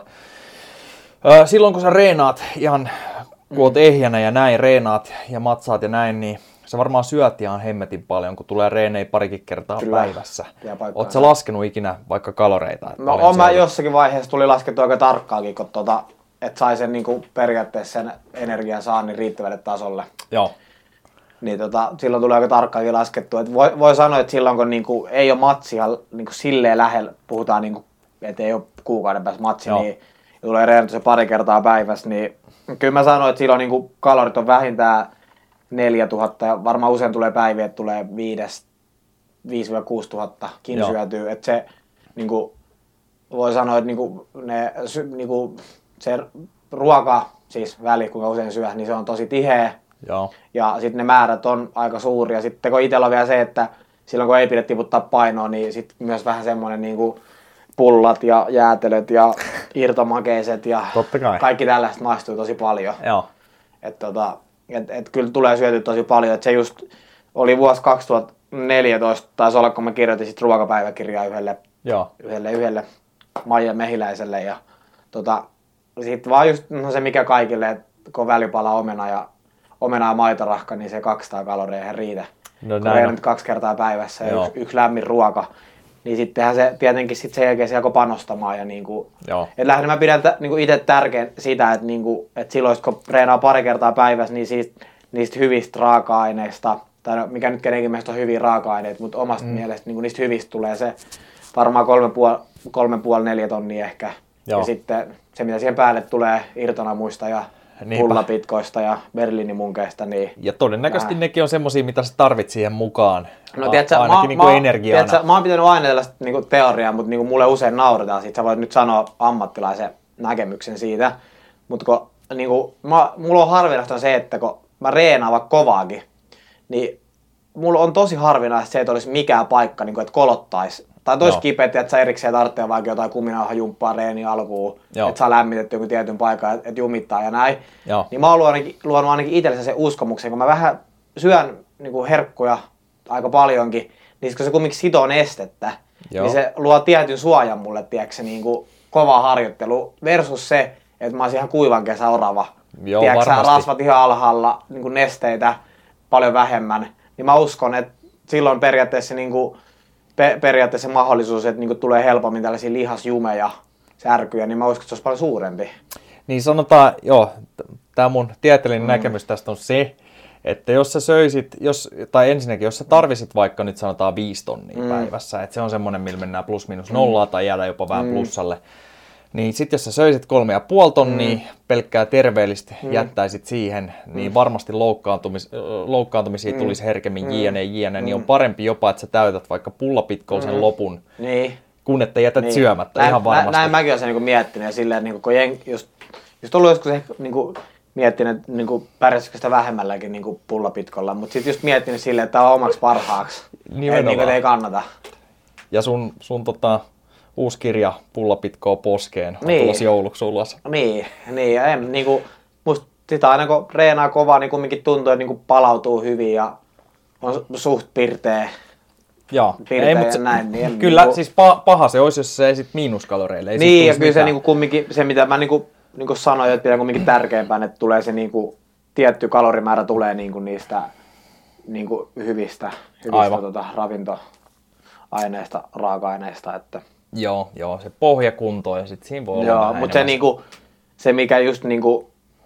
ö, silloin kun sä reenaat ihan, kun oot ehjänä ja näin, reenaat ja matsaat ja näin, niin sä varmaan syöt ihan hemmetin paljon, kun tulee reenei parikin kertaa Kyllä. päivässä. Oot sä laskenut ikinä vaikka kaloreita? No on mä jossakin vaiheessa tuli laskettu aika tarkkaakin, kun tota, että sai sen niinku periaatteessa sen energian saannin riittävälle tasolle. Joo. Niin tota, silloin tulee aika tarkkaakin laskettu. Et voi, voi sanoa, että silloin kun niinku ei ole matsia niinku silleen lähellä, puhutaan niinku, että ei ole kuukauden päästä matsi, Joo. niin ja tulee reenattu se pari kertaa päivässä, niin kyllä mä sanoin, että silloin niinku kalorit on vähintään neljätuhatta ja varmaan usein tulee päiviä, että tulee viisi kuusi tuhattakin syötyy. Että se niinku, voi sanoa, että niinku, ne, niinku, se ruoka, siis väli, kuinka usein syö, niin se on tosi tiheä. Joo. Ja sitten ne määrät on aika suuria. Sitten kun itsellä on vielä se, että silloin kun ei pidä tiputtaa painoa, niin sitten myös vähän semmoinen niinku pullat ja jäätelöt ja irtomakeiset ja kaikki tällaiset maistuu tosi paljon. Joo. Et tota, et, et kyllä tulee syötyä tosi paljon. Et se just oli vuosi kaksituhattaneljätoista, taisi olla, kun mä kirjoitin sit ruokapäiväkirjaa yhdelle, Joo. yhdelle, yhdelle Maija Mehiläiselle. Ja tota, sitten vaan just no se mikä kaikille, että kun välipala omena ja omena ja maitorahka, niin se kaksisataa kaloria ei riitä. No, kun ei nyt kaksi kertaa päivässä ja yksi, yksi lämmin ruoka, niin sittenhän se tietenkin sit sen jälkeen se alkoi panostamaan. Ja niinku, et lähinnä mä pidän t- niinku itse tärkeän sitä, että niinku, et silloin kun treenaa pari kertaa päivässä, niin siitä, niistä hyvistä raaka-aineista, tai no, mikä nyt kenenkin mielestä on hyviä raaka-aineita, mutta omasta mm. mielestä niinku niistä hyvistä tulee se varmaan kolme puoli, kolme puoli neljä tonnia ehkä. Joo. Ja sitten se mitä siihen päälle tulee irtonamuista ja Niinpä. pullapitkoista ja berliinimunkeista. Niin ja todennäköisesti vähän. Nekin on semmosia, mitä sä tarvit siihen mukaan. No, tiedätkö, ainakin mä, niinku mä, energiana. Tiedätkö, mä oon pitänyt aina tällaista niinku teoriaa, mutta niinku mulle usein nauretaan siitä. Sä voit nyt sanoa ammattilaisen näkemyksen siitä. Mutta niinku, mä, mulla on harvinaista se, että kun mä reenaan vaikka kovaakin, niin mulla on tosi harvinaista se, että olisi mikään paikka, niinku, että kolottais. Tai tois kipeät, että sä erikseen tarvitsee vaikka jotain kuminauhajumppaa reeniä alkuun, että saa lämmitetty joku tietyn paikan, että et jumittaa ja näin. Joo. Niin mä oon luonut ainakin, luonut ainakin itsellensä sen uskomuksen, kun mä vähän syön niin kuin herkkuja aika paljonkin, niin kun se kumminkin sitoo nestettä, Joo. niin se luo tietyn suojan mulle, tiedätkö, se niin kuin kova harjoittelu versus se, että mä oon ihan kuivan kesä orava. Joo, tiedätkö, rasvat ihan alhaalla, niin kuin nesteitä paljon vähemmän. Niin mä uskon, että silloin periaatteessa niin kuin Pe- periaatteessa se mahdollisuus, että niinku tulee helpommin tällaisia lihasjumeja, särkyjä, niin mä uskon, että se olisi paljon suurempi. Niin sanotaan, joo, tämä mun tieteellinen mm. näkemys tästä on se, että jos sä söisit, jos, tai ensinnäkin, jos sä tarvisit vaikka nyt sanotaan viisi tonnia mm. päivässä, että se on semmoinen, millä mennään plus minus nollaa mm. tai jäädään jopa vähän mm. plussalle, niin sit jos sä söisit kolme ja puoli tonnia, mm. pelkkää terveellistä mm. jättäisit siihen, niin mm. varmasti loukkaantumis, loukkaantumisia mm. tulisi herkemmin mm. jne, jne, mm. niin on parempi jopa, että sä täytät vaikka pullapitkolla sen mm. lopun, niin. kun että jätät niin. syömättä näin, ihan varmasti. Näin mäkin olen sen niin miettinyt ja silleen, että niin kun jen, just, just ollut joskus ehkä niin miettinyt, että niin pärjäsikö sitä vähemmälläkin niin pullapitkolla, mutta sitten just miettinyt silleen, että tämä on omaksi parhaaksi, että niin ei kannata. Ja sun, sun tota... uusi kirja Pullapitkoa poskeen on niin. tulossa jouluksi ulos. Niin, niin ja en, niinku, musta sitä aina kun reenaa kovaa, niin kumminkin tuntuu, että niinku palautuu hyvin ja on suht pirteä. Joo, pirteä ei, mutta näin. Niin kyllä niinku... siis paha se olisi, jos se ei sit miinuskaloreille. Ei niin, ja kyllä mitään. Se niinku kumminkin, se mitä mä niinku, niinku sanoin, että pidän kumminkin tärkeämpään, että tulee se niinku, tietty kalorimäärä tulee niinku niistä niinku hyvistä, hyvistä tota, ravintoaineista, raaka-aineista. Että Joo, joo, se pohjakunto ja sitten siinä voi olla Joo, mutta se, niinku, se mikä just niinku,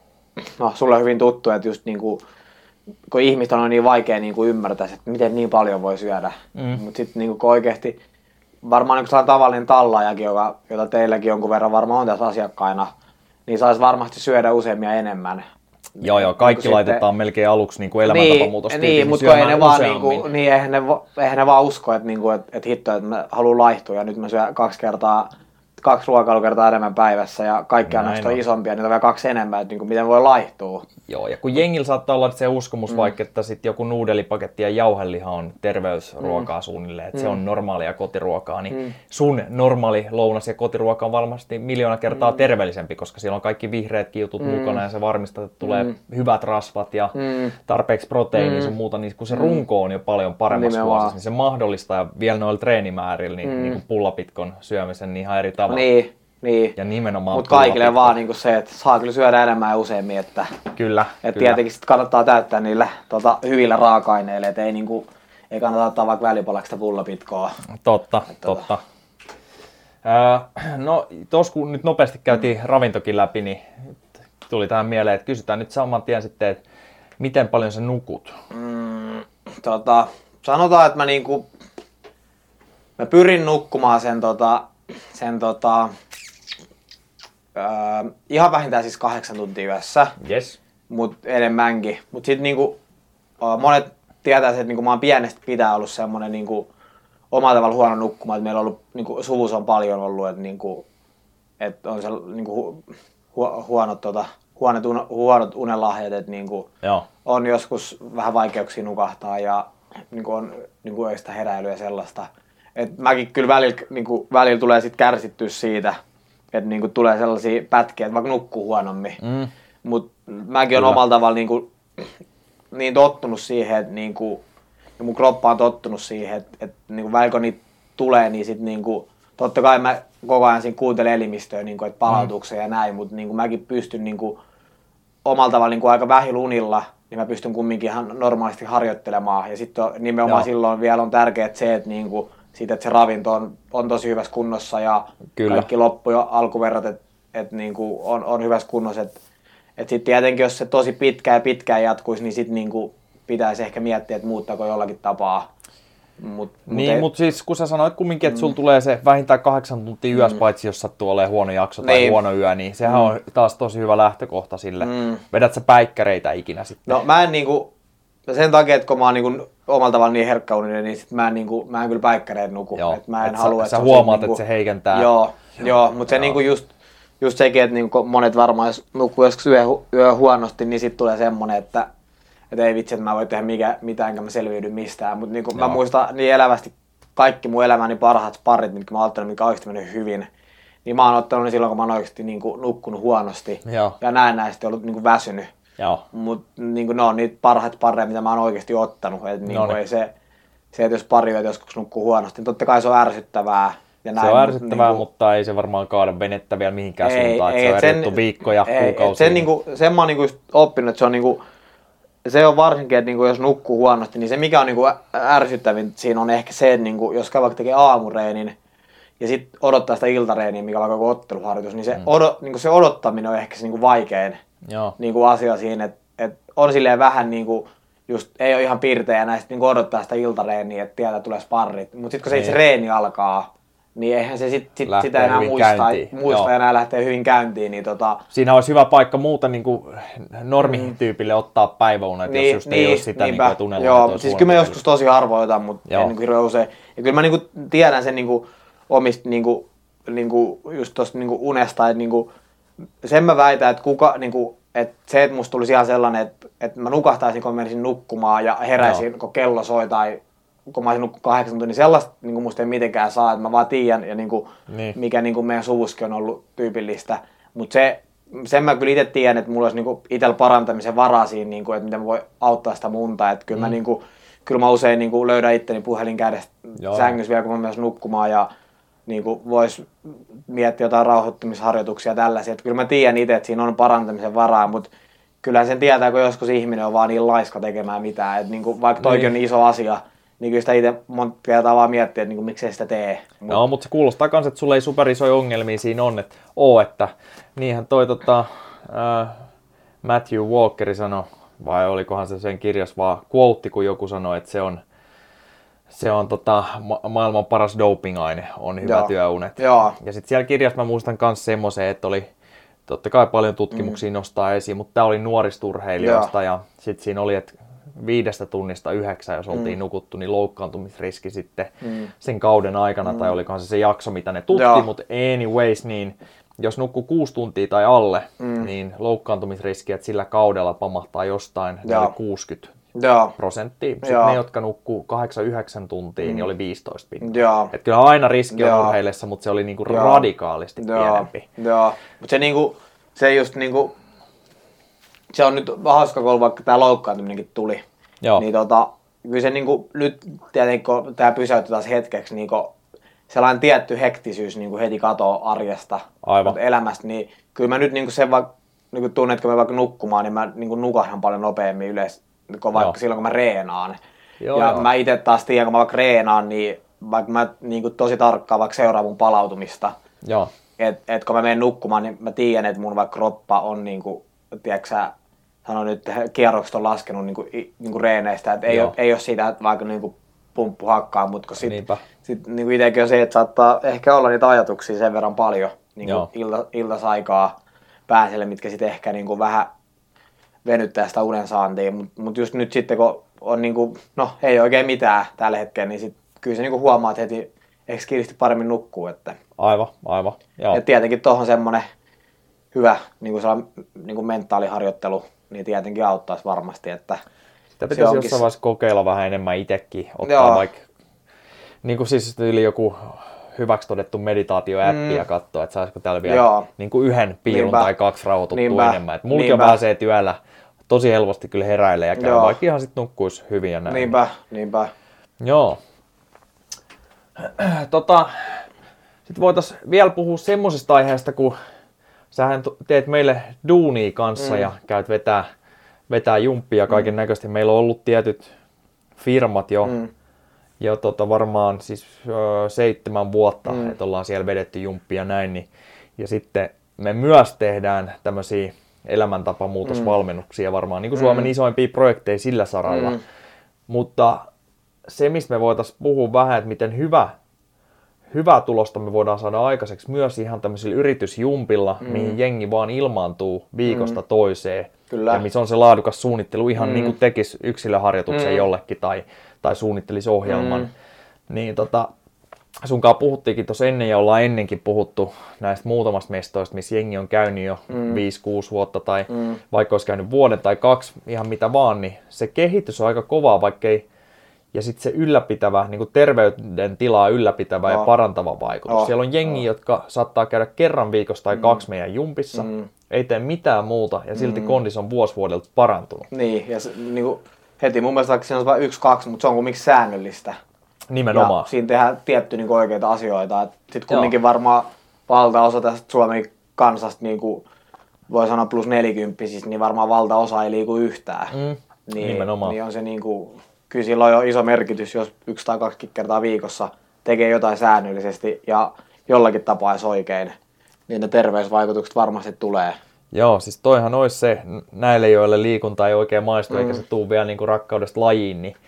no sulle on hyvin tuttu, että just niinku, kun ihmistä on niin vaikea niinku ymmärtää, että miten niin paljon voi syödä. Mm. Mutta sitten niinku, oikeasti, varmaan niinku sellainen tavallinen tallaajakin, joka, jota teilläkin jonkun verran varmaan on tässä asiakkaina, niin saisi varmasti syödä useammia enemmän. Joo, joo, kaikki niin laitetaan sitten melkein aluksi niin elämäntapamuutostyyppiin niin, mutta ei ne vaan niinku, niin eihän ne, eihän ne vaan usko, että niinku, et, et hitto, että mä haluan laihtua ja nyt mä syön kaksi kertaa kaksi ruokailukertaa enemmän päivässä ja kaikki annostot on isompia, niitä on vielä kaksi enemmän, että niin kuin miten voi laihtua. Joo, ja kun jengillä saattaa olla se uskomus mm. vaikka, että sit joku nuudelipaketti ja jauheliha on terveysruokaa mm. suunnilleen, että mm. se on normaalia kotiruokaa, niin mm. sun normaali lounas ja kotiruoka on varmasti miljoona kertaa mm. terveellisempi, koska siellä on kaikki vihreät jutut mm. mukana ja se varmistaa, että tulee mm. hyvät rasvat ja mm. tarpeeksi proteiinia ja mm. muuta, niin kun se runko on jo paljon paremmassa huolissa, niin se mahdollistaa ja vielä noilla treenimäärillä niin, mm. niin kuin pullapitkon syömisen niin ihan eri tavalla. Niin. Niin. Ja nimenomaan mutta kaikille vaan niinku se, että saa kyllä syödä enemmän ja useammin, että kyllä, et kyllä. tietenkin sit kannattaa täyttää niillä tota, hyvillä raaka-aineilla, että ei, niinku, ei kannata ottaa vaikka välipalaksi sitä pullapitkoa. Totta, et, totta. Öö, no tos kun nyt nopeasti käytiin mm. ravintokin läpi, niin tuli tähän mieleen, että kysytään nyt saman tien sitten, että miten paljon sä nukut? Mm, tota, sanotaan, että mä niinku, mä pyrin nukkumaan sen tota, sen tota, Öö, ihan vähintään siis kahdeksan tuntia yössä, yes. mut enemmänkin. Mut sit niinku, monet tietää, että niinku mä oon pienestä pitää ollut semmonen niinku, omalla tavalla huono nukkuma, että meillä on ollut, niinku, suvussa on paljon ollut, että niinku, et on se niinku, hu, huonot, tota, huonot, un, huonot unelahjat, että niinku, on joskus vähän vaikeuksia nukahtaa ja niinku, on niinku, öistä heräilyä ja sellaista. Et mäkin kyllä välillä, niinku, välillä tulee sit kärsittyä siitä, että niinku tulee sellaisia pätkiä, että vaikka nukkuu huonommin. Mm. Mutta mäkin olen omalla tavalla niinku, niin tottunut siihen, että niinku, ja mun kroppa on tottunut siihen, että, että niinku, välillä kun niitä tulee, niin sit niinku, totta kai mä koko ajan siinä kuuntelen elimistöä, niinku, että palautuksia mm. ja näin, mutta niinku, mäkin pystyn niinku, omalla tavalla niinku, aika vähillä unilla, niin mä pystyn kumminkin ihan normaalisti harjoittelemaan. Ja sitten nimenomaan Joo. silloin vielä on tärkeää se, että niinku, siitä, että se ravinto on, on tosi hyvässä kunnossa ja Kyllä. kaikki loppu jo alkuverrat, että et niinku on, on hyvässä kunnossa. Että et sitten tietenkin, jos se tosi pitkään ja pitkään jatkuisi, niin sitten niinku pitäisi ehkä miettiä, että muuttaako jollakin tapaa. Mut, niin, mut, mutta siis kun sä sanoit kumminkin, että mm. sulla tulee se vähintään kahdeksan tuntia yössä, mm. paitsi jos sattuu olemaan huono jakso tai niin. huono yö, niin sehän mm. on taas tosi hyvä lähtökohta sille. Mm. Vedät sä päikkäreitä ikinä sitten? No mä en niinku, sen takia, että kun mä oon niinku omalla tavalla niin herkkäuninen, niin sit mä en, niinku, mä en kyllä päikkäreitä nuku. Joo, et mä en et halua, sä, että sä huomaat, niinku, että se heikentää. Joo, joo, joo mutta se niinku just, just sekin, että niinku monet varmaan, jos nukkuu joskus yö, yö huonosti, niin sit tulee semmonen, että et ei vitsi, että mä voin tehdä mikä, mitään, enkä mä selviydy mistään. Mutta niinku mä muistan niin elävästi kaikki mun elämäni parhaat sparrit, mitkä mä oon ottanut, mitkä on oikeasti mennyt hyvin. Niin mä oon ottanut ne silloin, kun mä oon oikeasti niinku nukkunut huonosti. Joo. Ja näennäisesti ollut niinku väsynyt. Mutta niinku, ne on niitä parhaita parreja, mitä mä oon oikeasti ottanut. Et, niinku, ei se, se, että jos pari yötä joskus nukkuu huonosti, niin totta kai se on ärsyttävää. Ja näin, se on ärsyttävää, niinku, mutta ei se varmaan kaada venettä vielä mihinkään ei, suuntaan. Ei, se on ärsytty viikkoja, ei, kuukausia. Sen, niinku, sen mä oon niinku just oppinut, että se on, niinku, se on varsinkin, että niinku, jos nukkuu huonosti, niin se mikä on niinku ärsyttävin siinä on ehkä se, että niinku, jos käy vaikka tekee aamureenin ja sitten odottaa sitä iltareeniä, mikä on koko otteluharjoitus, niin se, mm. odot, niinku, se odottaminen on ehkä se niinku, vaikein. Niinku asia siinä, että et on silleen vähän niinku, just ei ole ihan pirteä näistä niinku odottaa sitä iltareeniä, että tieltä tulee sparrit. Mutta sitten kun se itse reeni alkaa, niin eihän se sit, sit sitä enää muista, muista enää lähtee hyvin käyntiin. Niin tota... Siinä olisi hyvä paikka muuta niinku normityypille ottaa päiväunet, niin, jos just niin, ei ole sitä niinku, että unella. Joo, siis kyllä mä joskus tosi harvoin otan, mutta en niinku hirveän usein. Ja kyllä mä niinku tiedän sen niinku omista niinku, niinku just tosta niinku unesta, että niinku sen mä väitän, että, kuka, niinku, että se, että musta tulisi ihan sellainen, että, että mä nukahtaisin, kun mä menisin nukkumaan ja heräisin, Joo. kun kello soi tai kun mä olisin nukkunut kahdeksan tuntia, niin sellaista niin musta ei mitenkään saa, että mä vaan tiedän, ja niin kuin, niin. mikä niin kuin meidän suvuskin on ollut tyypillistä. Mutta se, sen mä kyllä itse tiedän, että mulla olisi niin itsellä parantamisen varaa siinä, niin kuin, että miten mä voin auttaa sitä munta. Että kyllä, mm. mä, niin kuin, kyllä mä usein niin kuin löydän itteni puhelin kädestä Joo. sängyssä vielä, kun mä menen nukkumaan ja niin vois miettiä jotain rauhoittumisharjoituksia ja tällaisia. Että kyllä mä tiedän itse, että siinä on parantamisen varaa, mutta kyllähän sen tietää, kun joskus ihminen on vaan niin laiska tekemään mitään. Että niin kuin, vaikka toikin niin. on niin iso asia, niin kyllä sitä itse monta kertaa vaan miettiä, että niin kuin, miksei sitä tee. Mut... No, mutta se kuulostaa kans, että sulla ei super isoja ongelmia siinä on, että oo, että niinhän toi tota, äh, Matthew Walkeri sanoi, vai olikohan se sen kirjas vaan quote, kun joku sanoi, että se on Se on tota, ma- maailman paras doping-aine, on hyvät Joo. työunet. Joo. Ja sitten siellä kirjassa mä muistan myös semmoisen, että oli totta kai paljon tutkimuksia mm. nostaa esiin, mutta tämä oli nuoristurheilijoista. Ja sitten siinä oli, että viidestä tunnista yhdeksän, jos oltiin mm. nukuttu, niin loukkaantumisriski sitten mm. sen kauden aikana, mm. tai olikohan se se jakso, mitä ne tutti, Joo. mutta anyways, niin jos nukkuu kuusi tuntia tai alle, mm. niin loukkaantumisriski, että sillä kaudella pamahtaa jostain kuusikymmentä Joo. prosenttia. Sitten Joo. ne, jotka nukkuu kahdeksan yhdeksän tuntia, mm. niin oli viisitoista pintaa. Että kyllä aina riski on Joo. urheilessa, mutta se oli niinku radikaalisti Joo. pienempi. Joo, mutta se, niinku, se just niinku, se on nyt hauska, kun vaikka tää loukkaantuminenkin tuli. Joo. Niin tota, kyllä se niinku, nyt tietenkin kun tää pysäytyi taas hetkeksi, niinku, sellainen tietty hektisyys niinku heti katoo arjesta, elämästä, niin kyllä mä nyt niinku sen vaikka, niinku tunnen, että kun mä vaikka nukkumaan, niin mä niinku nukahdan paljon nopeammin yleensä, vaikka Joo. silloin kun mä reenaan. Joo, ja joo. mä itse taas tiedän, kun mä vaikka reenaan, niin vaikka mä niinku tosi tarkkaan vaikka seuraa mun palautumista. Että et kun mä menen nukkumaan, niin mä tiedän, että mun vaikka kroppa on niinku, tiedätkö sä, sanoin nyt, kierrokset on laskenut niinku, niinku reeneistä, että ei, ei ole siitä, että vaikka niinku pumppu hakkaa, mutta kun sitten sit, niinku itsekin on se, että saattaa ehkä olla niitä ajatuksia sen verran paljon niinku ilta, iltasaikaa pääselle, mitkä sitten ehkä niinku vähän venyttää sitä unen saantia, mutta mut just nyt sitten kun on niinku, no ei oikein mitään tällä hetkellä, niin sit kyllä se niinku huomaa, että heti ehkä skillisti paremmin nukkuu. Että aivan, aivan. Joo. Ja tietenkin tuohon semmoinen hyvä niinku niinku mentaaliharjoittelu, niin tietenkin auttaisi varmasti. Että sitä pitäisi jossain vaiheessa kokeilla vähän enemmän itsekin, ottaa Joo. vaikka niin kuin siis yli joku hyväksi todettu meditaatioäppi mm. ja katsoa, että saisiko täällä vielä niin kuin yhden piirun Niinpä. tai kaksi rauhoituttua Niinpä. enemmän. Mulki on pääsee työllä tosi helposti kyllä heräilee ja käy, Joo. vaikka ihan sitten nukkuisi hyvin ja näin. Niinpä, niinpä. Joo. Tota, sitten voitaisiin vielä puhua semmoisesta aiheesta, kun sähän teet meille duunia kanssa mm. ja käyt vetää, vetää jumppia kaiken näköisesti. Meillä on ollut tietyt firmat jo, mm. jo tota varmaan siis ö, seitsemän vuotta, mm. että ollaan siellä vedetty jumppia näin. Niin, ja sitten me myös tehdään tämmöisiä elämäntapamuutosvalmennuksia varmaan niin kuin Suomen mm. isoimpia projekteja sillä saralla. Mm. Mutta se, mistä me voitaisiin puhua vähän, että miten hyvä, hyvää tulosta me voidaan saada aikaiseksi myös ihan tämmöisillä yritysjumpilla, mm. mihin jengi vaan ilmaantuu viikosta mm. toiseen. Kyllä. Ja missä on se laadukas suunnittelu ihan mm. niin kuin tekisi yksilöharjoituksen mm. jollekin tai, tai suunnittelisi ohjelman. Mm. Niin tota, sunkaan puhuttiinkin tuossa ennen ja ollaan ennenkin puhuttu näistä muutamasta mestoista, missä jengi on käynyt jo mm. viisi kuusi vuotta tai mm. vaikka olisi käynyt vuoden tai kaksi, ihan mitä vaan, niin se kehitys on aika kovaa, vaikkei ja sitten se ylläpitävä, niin kuin terveyden tilaa ylläpitävä no. ja parantava vaikutus. No. Siellä on jengi, no. jotka saattaa käydä kerran viikossa tai mm. kaksi meidän jumpissa, mm. ei tee mitään muuta ja silti mm. kondis on vuosi vuodelta parantunut. Niin, ja se, niin kuin heti mun mielestä siinä on vain yksi, kaksi, mutta se on kumminkin säännöllistä. Nimenomaan. Ja siinä tehdään tietty niin kuin oikeita asioita. Sitten kumminkin Joo. varmaan valtaosa tästä Suomen kansasta, niin kuin voi sanoa plus nelikymppisistä, niin varmaan valtaosa ei liiku yhtään. Mm. Niin, Nimenomaan. Niin on se niin kuin, kyllä sillä on jo iso merkitys, jos yksi tai kaksi kertaa viikossa tekee jotain säännöllisesti ja jollakin tapaa edes oikein, niin ne terveysvaikutukset varmasti tulee. Joo, siis toihan olisi se, näille joille liikunta ei oikein maistu mm. eikä se tule vielä niin kuin rakkaudesta lajiin, niin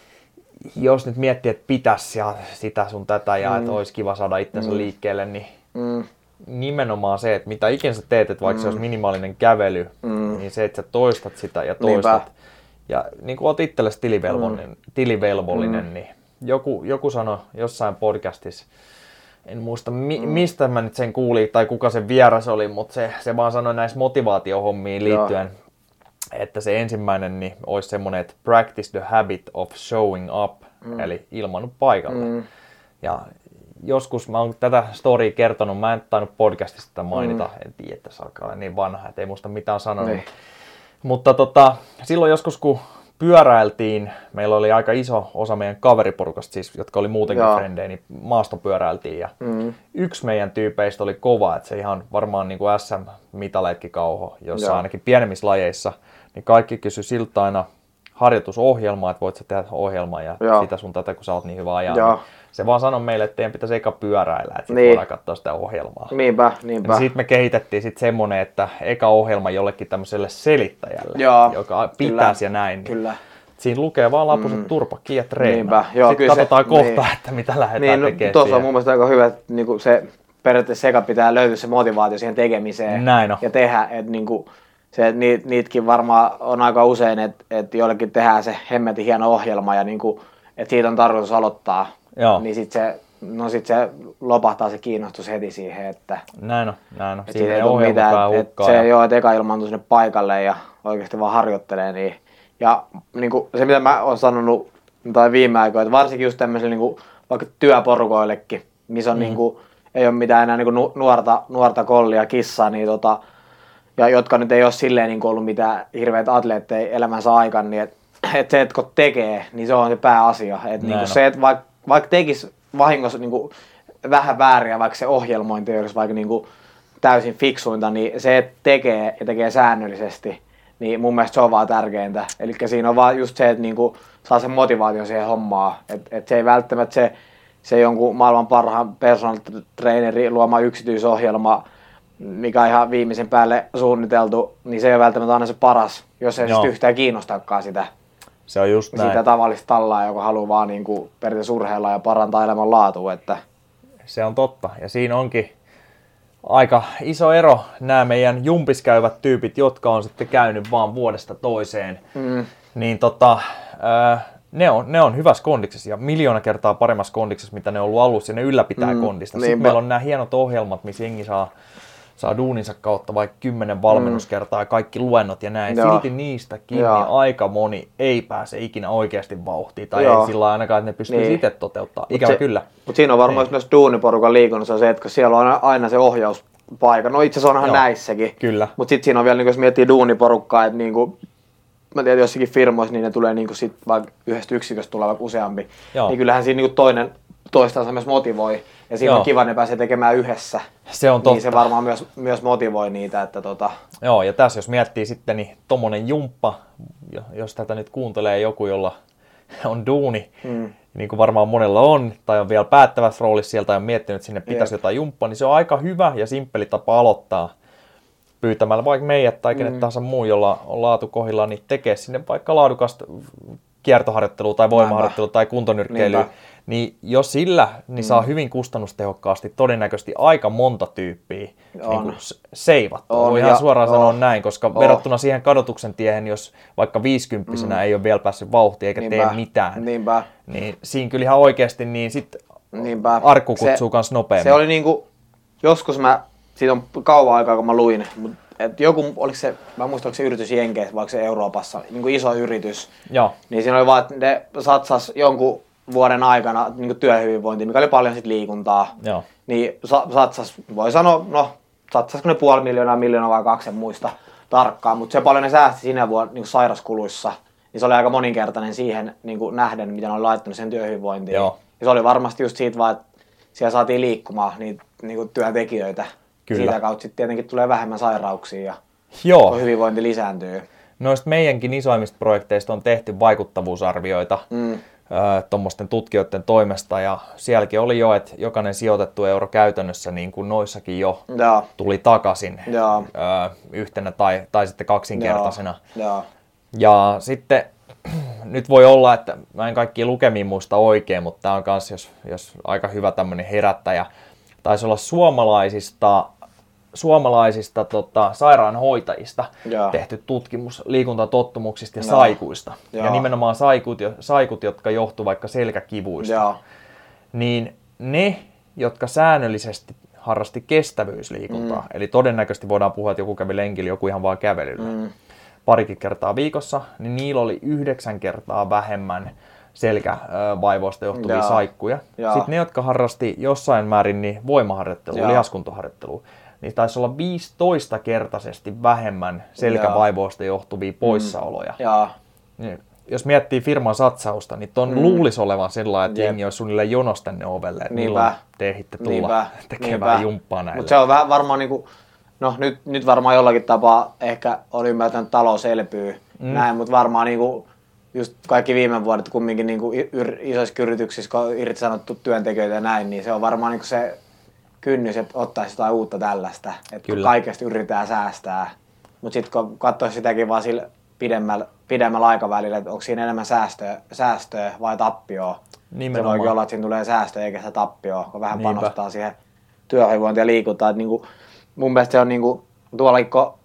jos nyt miettii, että pitäisi ja sitä sun tätä ja mm. että olisi kiva saada itsensä mm. liikkeelle, niin mm. nimenomaan se, että mitä ikinä sä teet, että vaikka mm. se olisi minimaalinen kävely, mm. niin se, että sä toistat sitä ja toistat. Niinpä. Ja niin kuin oot itsellesi tilivelvollinen, mm. tilivelvollinen mm. niin joku, joku sanoi jossain podcastissa, en muista mi- mm. mistä mä nyt sen kuulin tai kuka sen vieras oli, mutta se, se vaan sanoi näissä motivaatiohommiin liittyen, Joo. että se ensimmäinen niin olisi semmoinen, että practice the habit of showing up, mm. eli ilmannut paikalle. Mm. Ja joskus mä oon tätä storya kertonut, mä en tainnut podcastista mainita, mm. en tiedä, että se alkaa olla niin vanha, että ei muista mitään sanonut. Niin. Mutta tota, silloin joskus kun pyöräiltiin, meillä oli aika iso osa meidän kaveriporukasta, siis, jotka oli muutenkin Joo. frendejä, niin maastopyöräiltiin. Ja mm. yksi meidän tyypeistä oli kova, että se ihan varmaan niin kuin S M-mitaleetkin kauho, jossa Joo. ainakin pienemmissä lajeissa, niin kaikki kysyi siltä aina harjoitusohjelmaa, että voit sä tehdä ohjelmaa ja Joo. sitä sun tätä, kun sä oot niin hyvä ajaa. Niin se vaan sanoi meille, että teidän pitäisi eka pyöräillä, että sitten niin. voidaan katsoa sitä ohjelmaa. Niinpä, niinpä. Sitten me kehitettiin sitten semmoinen, että eka ohjelma jollekin tämmöiselle selittäjälle, Joo, joka pitäisi ja näin. Kyllä. Siinä lukee vaan lapussa mm. turpakki ja treenaa. Sitten katsotaan se, kohta, niin. että mitä lähdetään niin, tekemään. Tuossa on mun mielestä aika hyvä, että niinku se periaatteessa eka pitää löytyä se motivaatio siihen tekemiseen Näin on. ja tehdä. Että niinku, se, niit, niitkin varmaan on aika usein, että et joillekin tehdään se hemmetin hieno ohjelma ja niinku, että siitä on tarkoitus aloittaa. Joo. Niin sit se, no sit se lopahtaa se kiinnostus heti siihen, että näin on, näin on. Et siinä ei tule mitään, et, et se ja... joo, että eka ilmaantuu sinne paikalle ja oikeasti vaan harjoittelee. Niin. Ja niinku, se mitä mä oon sanonut tai viime aikoina, että varsinkin just tämmöisille niinku, vaikka työporukoillekin, missä on mm. niinku, ei ole mitään enää niinku nuorta, nuorta kollia, kissaa, niin tota, ja jotka nyt ei ole silleen niinku ollut mitään hirveitä atleetteja elämänsä aikana, niin että et se, että kun tekee, niin se on se pääasia. Et niinku se, että vaikka vaik tekisi vahingossa niinku vähän vääriä, vaikka se ohjelmointi olisi vaikka niinku täysin fiksuinta, niin se, että tekee ja tekee säännöllisesti, niin mun mielestä se on vaan tärkeintä. Eli siinä on vaan just se, että niinku saa sen motivaation siihen hommaan. Että et se ei välttämättä se, se jonkun maailman parhaan personal trainerin luoma yksityisohjelma, mikä on ihan viimeisen päälle suunniteltu, niin se ei ole välttämättä aina se paras, jos ei sitten yhtään kiinnostakaan sitä. Se on just näin. Sitä tavallista tallaa, joka haluaa vaan niinku periaatteessa urheilla ja parantaa elämän laatua. Että... Se on totta. Ja siinä onkin aika iso ero nämä meidän jumpis käyvät tyypit, jotka on sitten käynyt vaan vuodesta toiseen. Mm. Niin tota, äh, ne, on, ne on hyvässä kondiksessa ja miljoona kertaa paremmassa kondiksessa, mitä ne on ollut alussa, ja ne ylläpitää mm. kondista. Sitten meillä on nämä hienot ohjelmat, missä jengi saa, saa duuninsa kautta vaikka kymmenen valmennuskertaa ja kaikki luennot ja näin. Joo. Silti niistä kiinni Joo. aika moni ei pääse ikinä oikeasti vauhtiin. Tai Joo. ei sillä ainakaan, että ne pystyisi niin. itse toteuttamaan. Ikävä se, kyllä. Mutta siinä on varmaan niin. myös duuniporukan liikunnassa se, että siellä on aina se ohjauspaikka. No itse asiassa onhan Joo. näissäkin. Kyllä. Mutta sitten siinä on vielä, niin jos miettii duuniporukkaa, että niinku, mä tiedän, jossakin firmoissa niin ne tulee niinku sit vaikka yhdestä yksiköstä tulee vaikka useampi. Joo. Niin kyllähän siinä niinku toinen toistansa myös motivoi. Ja siinä Joo. on kiva, ne pääsee tekemään yhdessä. Se on totta. Niin se varmaan myös, myös motivoi niitä. Että tota... Joo, ja tässä jos miettii sitten, niin tommonen jumppa, jos tätä nyt kuuntelee joku, jolla on duuni, mm. niin kuin varmaan monella on, tai on vielä päättävässä roolissa sieltä ja on miettinyt, että sinne pitäisi Jep. jotain jumppaa, niin se on aika hyvä ja simppeli tapa aloittaa pyytämällä vaikka meidät tai kenet mm. tahansa muu, jolla on laatu kohdillaan, niin tekee sinne vaikka laadukasta kiertoharjoittelua tai voimaharjoittelua tai kuntonyrkkeilyä. Niin jos sillä, niin saa mm. hyvin kustannustehokkaasti todennäköisesti aika monta tyyppiä niin seivattua. Voi ihan suoraan on. sanoa näin, koska on. verrattuna siihen kadotuksen tiehen, jos vaikka viisikymppisenä mm. ei ole vielä päässyt vauhtiin eikä Niinpä. tee mitään, Niinpä. niin siinä kyllä ihan oikeasti niin sit arkku kutsuu kans nopeammin. Se oli niinku, joskus mä, siitä on kauan aikaa kun mä luin, mutta et joku, oliko se, mä muistan, oliko se yritys Jenkeissä, vaikka se Euroopassa, niin kuin iso yritys, Joo. niin siinä oli vaan, että ne satsas jonkun vuoden aikana niin kuin työhyvinvointiin, mikä oli paljon sit liikuntaa, Joo. niin satsas, voi sanoa, no satsasko ne puoli miljoonaa, miljoonaa vai kaksi, en muista tarkkaan, mutta se paljon ne säästi siinä vuonna niin sairaskuluissa, niin se oli aika moninkertainen siihen niin kuin nähden, mitä ne oli laittanut sen työhyvinvointiin. Joo. Ja se oli varmasti just siitä vaan, että siellä saatiin liikkumaan niitä niin kuin työntekijöitä. Kyllä. Siitä kautta sitten tietenkin tulee vähemmän sairauksia ja Joo. hyvinvointi lisääntyy. Noista meidänkin isoimmista projekteista on tehty vaikuttavuusarvioita mm. tuommoisten tutkijoiden toimesta ja sielläkin oli jo, että jokainen sijoitettu euro käytännössä niin kuin noissakin jo ja. tuli takaisin ja. yhtenä tai, tai sitten kaksinkertaisena. Ja. Ja. ja sitten nyt voi olla, että mä en kaikkia lukemia muista oikein, mutta tämä on myös jos, jos aika hyvä tämmöinen herättäjä. Taisi olla suomalaisista, suomalaisista tota, sairaanhoitajista ja. tehty tutkimus liikuntatottumuksista ja no. saikuista. Ja. ja nimenomaan saikut, saikut, jotka johtuu vaikka selkäkivuista. Ja. Niin ne, jotka säännöllisesti harrasti kestävyysliikuntaa, mm. eli todennäköisesti voidaan puhua, että joku kävi lenkillä, joku ihan vaan kävelyllä, mm. parikin kertaa viikossa, niin niillä oli yhdeksän kertaa vähemmän selkävaivoista johtuvia Jaa. saikkuja. Jaa. Sitten ne, jotka harrasti jossain määrin niin voimaharjoittelua, Jaa. lihaskuntoharjoittelua, niin taisi olla viisitoista-kertaisesti vähemmän selkävaivoista johtuvia poissaoloja. Jaa. Niin, jos miettii firman satsausta, niin ton mm. luulisi olevan sillä että jengi olisi suunnilleen jonos tänne ovelle, että milloin te ehditte tulla Niinpä. tekemään jumppaa näille. Mutta se on vähän varmaan niinku, no nyt, nyt varmaan jollakin tapaa ehkä on ymmärtänyt, että talous elpyy mm. näin, mutta varmaan niinku just kaikki viime vuodet kumminkin niinku yr, isoissa yrityksissä, kun on irtisanottu työntekijöitä ja näin, niin se on varmaan niinku se kynnys, että ottaisi jotain uutta tällaista. Että kaikesta yritetään säästää. Mutta sitten kun katsoisi sitäkin vaan sillä pidemmällä, pidemmällä aikavälillä, että onko siinä enemmän säästöä, säästöä vai tappioa. Nimenomaan. Se voikin olla, että siinä tulee säästöä eikä sitä tappioa, kun vähän Niinpä. panostaa siihen työhyvinvointiin ja liikuntaan. Niinku, mun mielestä se on niinku, tuollakin kun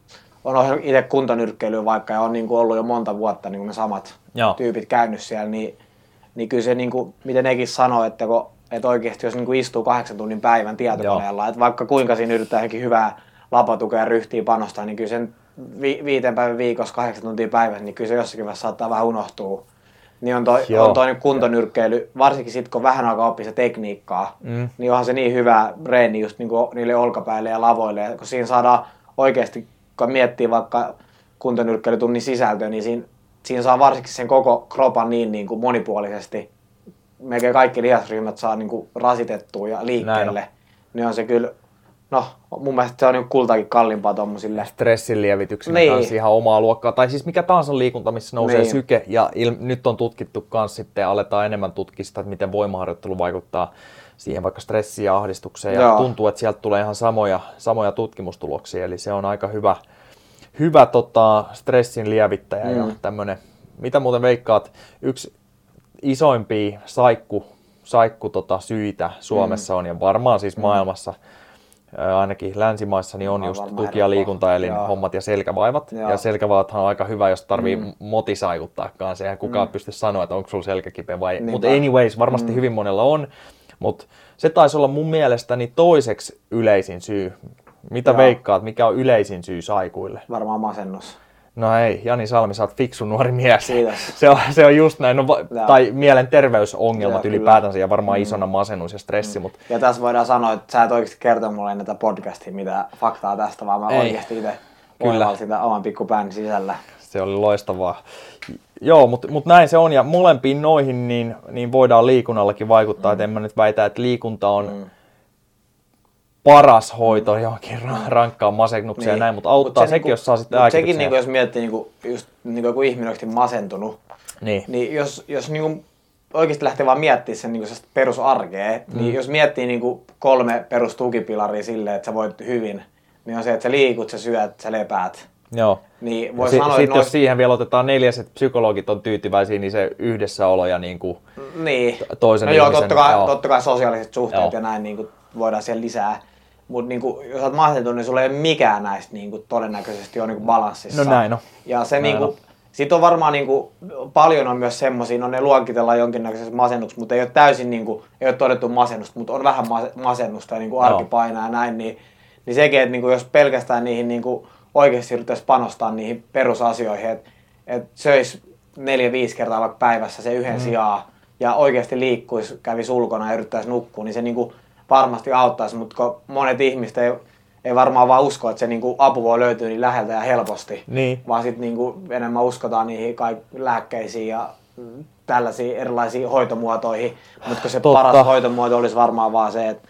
on itse kuntonyrkkeilyä vaikka ja on niin kuin ollut jo monta vuotta niin kuin ne samat Joo. tyypit käynyt siellä, niin, niin kyllä se, niin kuin, miten nekin sanoo, että, kun, että oikeasti jos niin kuin istuu kahdeksan tunnin päivän tietokoneella, Joo. että vaikka kuinka siinä yrittää johonkin hyvää lapatukea ja ryhtiä panostaa, niin kyllä sen vi- viiteen päivän viikossa kahdeksan tuntia päivässä, niin kyllä se jossakin vaiheessa saattaa vähän unohtua. Niin on toi, on toi kuntonyrkkeily, varsinkin sitten kun vähän aikaa oppii se tekniikkaa, mm. niin onhan se niin hyvä reeni just niinku niille olkapäille ja lavoille, kun siinä saadaan oikeasti, kun miettii vaikka kuntonyrkkeilytunnin sisältöä, niin siinä, siinä saa varsinkin sen koko kropan niin, niin kuin monipuolisesti, melkein kaikki lihasryhmät saa niin kuin rasitettua ja liikkeelle, niin on se kyllä, no mun mielestä se on niin kultakin kalliimpaa tommosille. Stressin lievityksenä niin. Kanssa ihan omaa luokkaa. Tai siis mikä tahansa liikunta, missä nousee niin. syke. Ja il- nyt on tutkittu kanssa sitten, aletaan enemmän tutkia sitä, että miten voimaharjoittelu vaikuttaa siihen vaikka stressiin ja ahdistukseen. Joo. Ja tuntuu, että sieltä tulee ihan samoja, samoja tutkimustuloksia. Eli se on aika hyvä, hyvä tota, stressin lievittäjä. Mm. Ja tämmönen, mitä muuten veikkaat, yksi isoimpia saikku, saikku tota, syitä Suomessa mm. on ja varmaan siis mm. maailmassa, ainakin länsimaissa, niin on no, just tuki- ja liikuntaelin hommat ja selkävaivat. Joo. Ja selkävaivathan on aika hyvä, jos tarvii mm. motisaikuttaakaan. Se eihän kukaan mm. pysty sanoa, että onko sulla selkäkipeä vai... Mutta anyways, varmasti mm. hyvin monella on. Mutta se taisi olla mun mielestäni toiseksi yleisin syy. Mitä Joo. veikkaat, mikä on yleisin syy saikuille? Varmaan masennus. No ei, Jani Salmi, sä oot fiksu nuori mies. Se on, se on just näin, no, tai mielenterveysongelmat Joo, ylipäätänsä ja varmaan mm. isona masennus ja stressi. Mm. Mut... Ja tässä voidaan sanoa, että sä et oikeasti kertoa mulle näitä podcastia, mitä faktaa tästä, vaan mä ei. oikeasti itse voin sitä oman pikkupään sisällä. Se oli loistavaa. Joo, mutta mut näin se on ja molempiin noihin niin, niin voidaan liikunnallakin vaikuttaa. Mm. Et en mä nyt väitä, että liikunta on... Mm. paras hoito johonkin rankkaan masennukseen niin. ja näin, mutta auttaa mut se sekin, niinku, jos saa sitten lääkitykseen. Sekin, niinku, jos miettii, niinku, just niinku joku ihminen on masentunut, niin, niin jos, jos niinku, oikeasti lähtee vaan miettimään sen niinku, perusarkea, mm. niin jos miettii niinku, kolme perustukipilaria silleen, että sä voit hyvin, niin on se, että sä liikut, sä syöt, sä lepäät. Joo. Niin voi si- sanoa, sitten nois... jos siihen vielä otetaan neljäs, että psykologit on tyytyväisiä, niin se yhdessäolo ja niinku niin. toisen no ihmisen... joo, totta kai, totta kai sosiaaliset suhteet joo. ja näin niinku, voidaan siellä lisää. Mutta niinku, jos olet masentunut, niin sulla ei ole mikään näistä niinku, todennäköisesti on niinku, balanssissa. No näin on. Ja se niinku, sit on varmaan niinku, paljon on myös semmosia, no ne luokitellaan jonkinnäköisessä masennuksessa, mutta ei ole täysin niinku, ei ole todettu masennusta, mutta on vähän masennusta ja niinku, arki painaa ja näin, niin, niin sekin, että niinku, jos pelkästään niihin niinku, oikeasti yrittäisi panostaa niihin perusasioihin, että et söisi neljä viisi kertaa vaikka päivässä se yhden mm. sijaan ja oikeasti liikkuisi, kävisi ulkona ja yrittäisi nukkua, niin se niinku, varmasti auttaisi, mutta kun monet ihmiset ei, ei varmaan vaan usko, että se niinku apu voi löytyä niin läheltä ja helposti, niin. vaan sitten niinku enemmän uskotaan niihin kaik- lääkkeisiin ja tällaisiin erilaisiin hoitomuotoihin, mutta kun se Totta. paras hoitomuoto olisi varmaan vaan se, että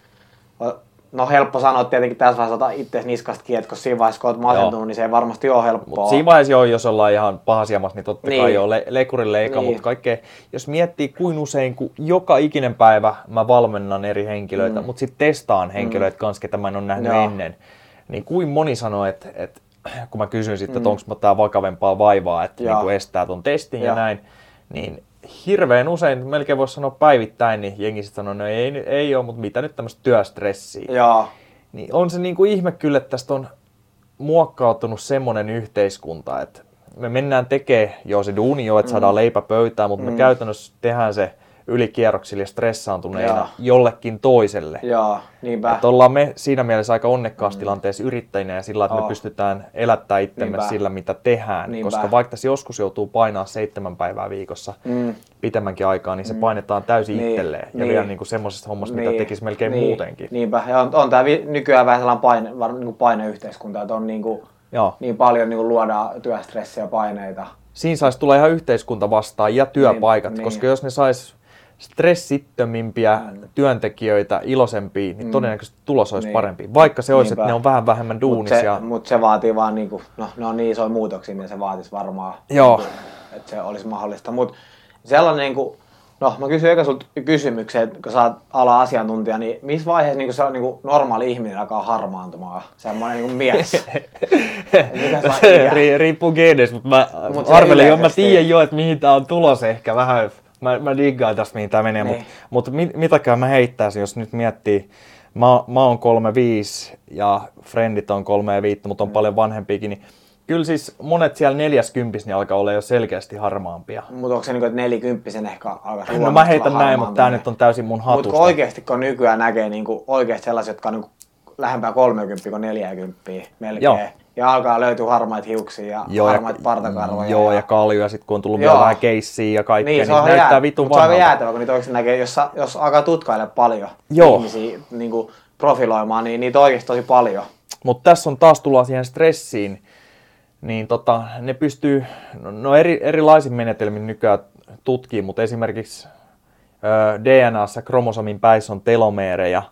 no helppo sanoa tietenkin tässä vaiheessa ota itseäsi niskasta kiinni, koska siinä vaiheessa kun olet masentunut, niin se ei varmasti ole helppoa. Mut siinä vaiheessa joo, jos ollaan ihan pahasiamassa, niin totta niin. kai joo, le- lekurille eka, niin. mutta kaikkea, jos miettii kuin usein, kun joka ikinen päivä mä valmennan eri henkilöitä, mm. mutta sitten testaan henkilöitä mm. kanssa, ketä mä en ole nähnyt joo. ennen, niin kuin moni sanoo, että, että kun mä kysyn sitten, mm. että onko tää vakavempaa vaivaa, että niin estää ton testin ja, ja näin, niin hirveän usein, melkein voisi sanoa päivittäin, niin jengi sitten sanoo, että no ei, ei ole, mutta mitä nyt tämmöistä työstressiä. Joo. Niin on se niinku ihme kyllä, että tästä on muokkautunut semmoinen yhteiskunta, että me mennään tekemään jo se duuni jo, että mm. saadaan leipä pöytään, mutta mm. me käytännössä tehdään se ylikierroksilla ja stressaantuneina Jaa. jollekin toiselle. Joo, niinpä. Että ollaan me siinä mielessä aika onnekkaassa mm. tilanteessa yrittäjinä ja sillä, että oh. me pystytään elättämään itsemme niinpä. sillä, mitä tehdään. Niinpä. Koska vaikka tässä joskus joutuu painaa seitsemän päivää viikossa mm. pitemmän aikaa, niin se mm. painetaan täysin niin. itselleen. Ja niin. vielä niin semmoisesta hommasta, niin. mitä tekisi melkein niin. muutenkin. Niinpä. Ja on, on tämä nykyään vähän sellainen paine, var, niin kuin paineyhteiskunta, että on niin, kuin, niin paljon niin kuin luodaan työstressiä ja paineita. Siinä saisi tulla ihan yhteiskunta vastaan ja työpaikat, niin. koska jos ne sais stressittömimpiä mm. työntekijöitä, iloisempia, niin mm. todennäköisesti tulos olisi niin. parempi. Vaikka se olisi, Niinpä. että ne on vähän vähemmän duunisia. Mutta se, mut se vaatii vaan, niinku, no ne on niin isoja muutoksia, niin se vaatisi varmaan, Joo. Niinku, että se olisi mahdollista. Mutta sellainen, niinku, no mä kysyn eka sulta kysymyksen, kun sä oot ala-asiantuntija, niin missä vaiheessa niinku, se on niinku, normaali ihminen alkaa harmaantumaan? Semmoinen niinku mies. se riippuu geeneistä, mutta mä Mut arvelin jo, mä tiedän jo, että mihin tää on tulos ehkä vähän. Mä, mä diggaan tästä, mihin tää menee, mutta mut mit, mitäkään mä heittäisin, jos nyt miettii, mä, mä oon kolme viisi ja frendit on kolme viisi, mutta on mm. paljon vanhempiakin, niin Kyllä siis monet siellä neljäskymppis niin alkaa olla jo selkeästi harmaampia. Mutta onko se niin, että nelikymppisen ehkä alkaa No mä heitän näin, mutta tää nyt on täysin mun hatusta. Mutta oikeasti kun nykyään näkee niin oikeasti sellaiset, jotka on niin lähempää kolmekymmentä kuin neljäkymmentä melkein. Joo. Ja alkaa löytyä harmaita hiuksia ja joo, harmaita ja, partakarvoja. Joo, ja, ja kaljuja sit kun on tullut vielä vähän keissiä ja kaikkea, niin, niin se näyttää jää, vitun vanhalta. Se on jäätävä, kun niitä oikeasti näkee, jos, jos alkaa tutkailla paljon joo. ihmisiä niin kuin profiloimaan, niin niitä oikeasti tosi paljon. Mutta tässä on taas tullaan siihen stressiin, niin tota, ne pystyy, no eri, erilaisin menetelmin nykyään tutkii, mutta esimerkiksi ö, D N A:ssa kromosomin päissä on telomeereja.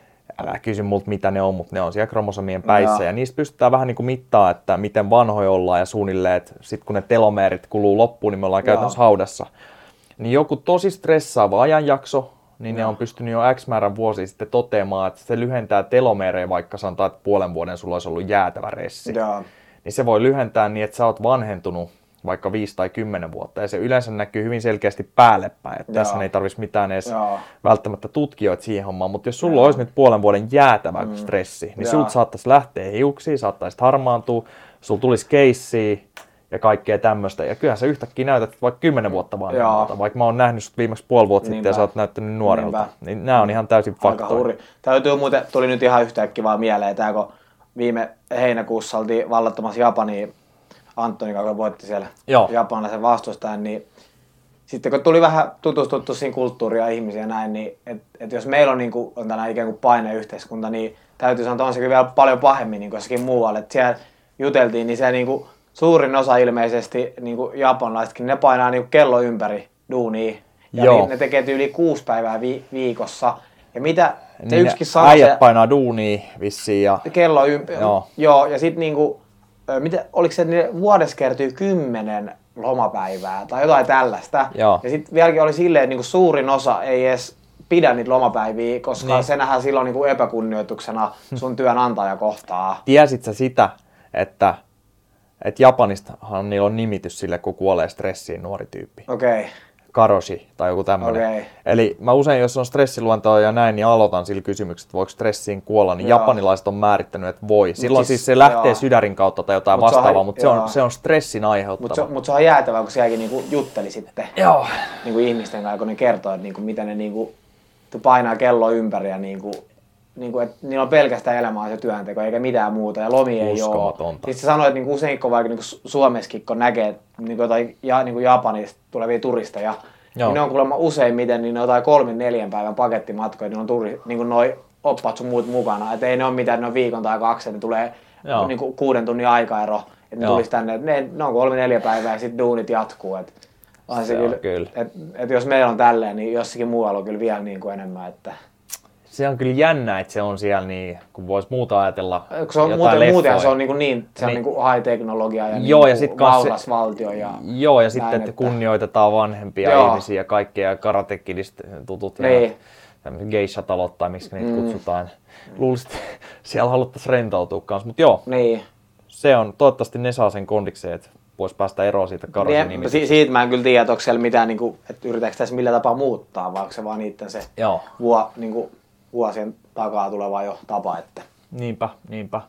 Älä kysy multa mitä ne on, mutta ne on siellä kromosomien päissä. Ja, ja niistä pystytään vähän niin kuin mittaa, että miten vanhoja ollaan ja suunnilleen, että sitten kun ne telomeerit kuluu loppuun, niin me ollaan käytännössä haudassa. Niin joku tosi stressaava ajanjakso, niin ja. ne on pystynyt jo X määrän vuosia sitten toteamaan, että se lyhentää telomeereja, vaikka sanotaan, että puolen vuoden sulla olisi ollut jäätävä ressi. Ja. Niin se voi lyhentää niin, että sä oot vanhentunut vaikka viisi tai kymmenen vuotta. Ja se yleensä näkyy hyvin selkeästi päälle päin. Että tässä ei tarvitsisi mitään edes Jaa. välttämättä tutkijoita siihen hommaan. Mutta jos sulla Jaa. olisi nyt puolen vuoden jäätävä mm. stressi, niin sulta saattaisi lähteä hiuksiin, saattaisi harmaantua, sulla tulisi keissiä ja kaikkea tämmöistä. Ja kyllähän sä yhtäkkiä näytät vaikka kymmenen vuotta vanhemmalta. Vaikka mä oon nähnyt sut viimeksi puoli vuotta Niinpä. sitten ja sä oot näyttänyt nuorelta. Niinpä. Niin nämä on ihan täysin faktoja. Täytyy muuten, tuli nyt ihan yhtäkkiä vaan mieleen, että kun viime heinäkuussa oltiin vallattomassa Japaniin, Antoni, joka voitti siellä Joo. japanilaisen vastustajan, niin sitten kun tuli vähän tutustuttu siinä kulttuuria ja ihmisiä näin, niin että et jos meillä on, niin kuin, on tällainen ikään kuin paineyhteiskunta, niin täytyy sanoa, että on sekin vielä paljon pahemmin niin kuin jossakin muualle. Että siellä juteltiin, niin siellä niin kuin, suurin osa ilmeisesti niin kuin japanilaisetkin, ne painaa niin kuin kello ympäri duunia. Ja niin, ne tekee yli kuusi päivää vi- viikossa. Ja mitä se niin yksikin sanoo, äijät se, painaa duunia vissiin. Ja kello ympäri. Joo. Joo, ja sitten niinku mitä, oliko se, että vuodessa kertyy kymmenen lomapäivää tai jotain tällaista. Joo. Ja sitten vieläkin oli silleen, että niinku suurin osa ei edes pidä niitä lomapäiviä, koska niin. se nähdään silloin niinku epäkunnioituksena sun työnantaja kohtaa. Tiesit sä sitä, että, että Japanistahan niillä on nimitys sille, kun kuolee stressiin nuori tyyppi? Okei. Okay. Karoshi tai joku tämmöinen. Okay. Eli mä usein, jos on stressiluontoa ja näin, niin aloitan sillä kysymyksellä, että voiko stressiin kuolla, niin joo. japanilaiset on määrittänyt, että voi. Silloin siis, siis se lähtee joo. sydärin kautta tai jotain mut vastaavaa, mutta se on, se on stressin aiheuttava. Mutta se, mut se on jäätävää, kun sielläkin niinku jutteli sitten joo. niinku ihmisten kanssa, kun ne kertoo, että niinku, miten ne niinku, painaa kello ympäri ja niinku, niinku, että niillä on pelkästään elämää se työnteko eikä mitään muuta ja lomi ei ole. Sitten se sanoi, että niinku usein kun vaikka niinku Suomessakin kun näkee niinku jotain ja, niinku Japanista tulevia turisteja, niin ne on kuulemma useimmiten niin ne jotain kolmen neljän päivän pakettimatkoja, niin on turi, niinku noi oppaat sun muut mukana. Et ei ne ole mitään, ne on viikon tai kaksi, että ne tulee niinku kuuden tunnin aikaero, että ne tulisi tänne. Ne, ne on kolme neljä päivää ja sitten duunit jatkuu. Et, se se kyllä, kyllä. Et, et jos meillä on tälleen, niin jossakin muualla on kyllä vielä niin kuin enemmän. Että se on kyllä jännä, että se on siellä niin, kun voisi muuta ajatella se on, jotain muuten, muutenhan se on niin, niin, se on niin. niin high teknologia ja joo, niin ja sit vaulas se, valtio. Ja joo, ja sitten, että kunnioitetaan vanhempia joo. ihmisiä ja kaikkea, ja karatekidistä tutut niin. ja geisha-talot tai miksi niitä mm. kutsutaan. Luulisin, että siellä haluttaisiin rentoutua kanssa, mutta joo, niin. se on, toivottavasti ne saa sen kondikseen, että voisi päästä eroon siitä Karosin niin, si- Siitä mä en kyllä tiedä, että onko siellä mitään, niin kuin, että yritetäänkö tässä millä tapaa muuttaa, vai onko se vaan niiden se vuo, niin kuin, vuosien takaa tuleva jo tapa. Että. Niinpä, niinpä.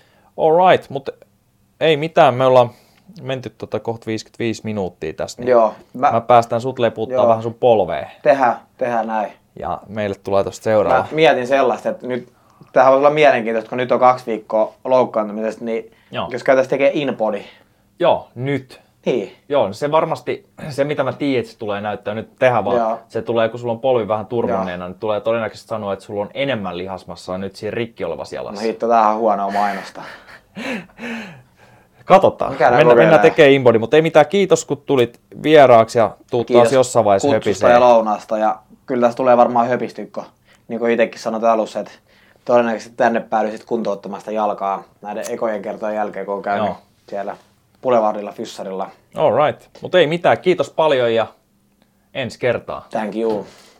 All right, mutta ei mitään, me ollaan menty tota kohta viisikymmentäviisi minuuttia tästä. Niin joo. Mä, mä päästään sut leputtaa joo. vähän sun polveen. Tehdään, tehdään näin. Ja meille tulee tosta seuraava. Mä mietin sellaista, että nyt, tämähän voisi olla mielenkiintoista, kun nyt on kaksi viikkoa loukkaantumisesta, niin joo. jos käytäisiin tekemään InBody. Joo, nyt. Niin. Joo, se varmasti, se mitä mä tiedän, että se tulee näyttää nyt tehdä vaan, joo. se tulee, kun sulla on polvi vähän turvonneena, niin tulee todennäköisesti sanoa, että sulla on enemmän lihasmassaa nyt siinä rikki olevassa jalassa. No hitto, tämähän on huonoa mainosta. Katsotaan, mennään, mennään tekemään InBody, mutta ei mitään, kiitos kun tulit vieraaksi ja tuut kiitos taas jossain vaiheessa höpiseen. Kutsusta ja lounasta ja kyllä tässä tulee varmaan höpistykko, niin kuin itsekin sanoit alussa, että todennäköisesti tänne päädyisit kuntouttamasta jalkaa näiden ekojen kertojen jälkeen, kun on käynyt joo. siellä Boulevardilla, Fyssarilla. All right. Mutta ei mitään. Kiitos paljon ja ensi kertaa. Thank you.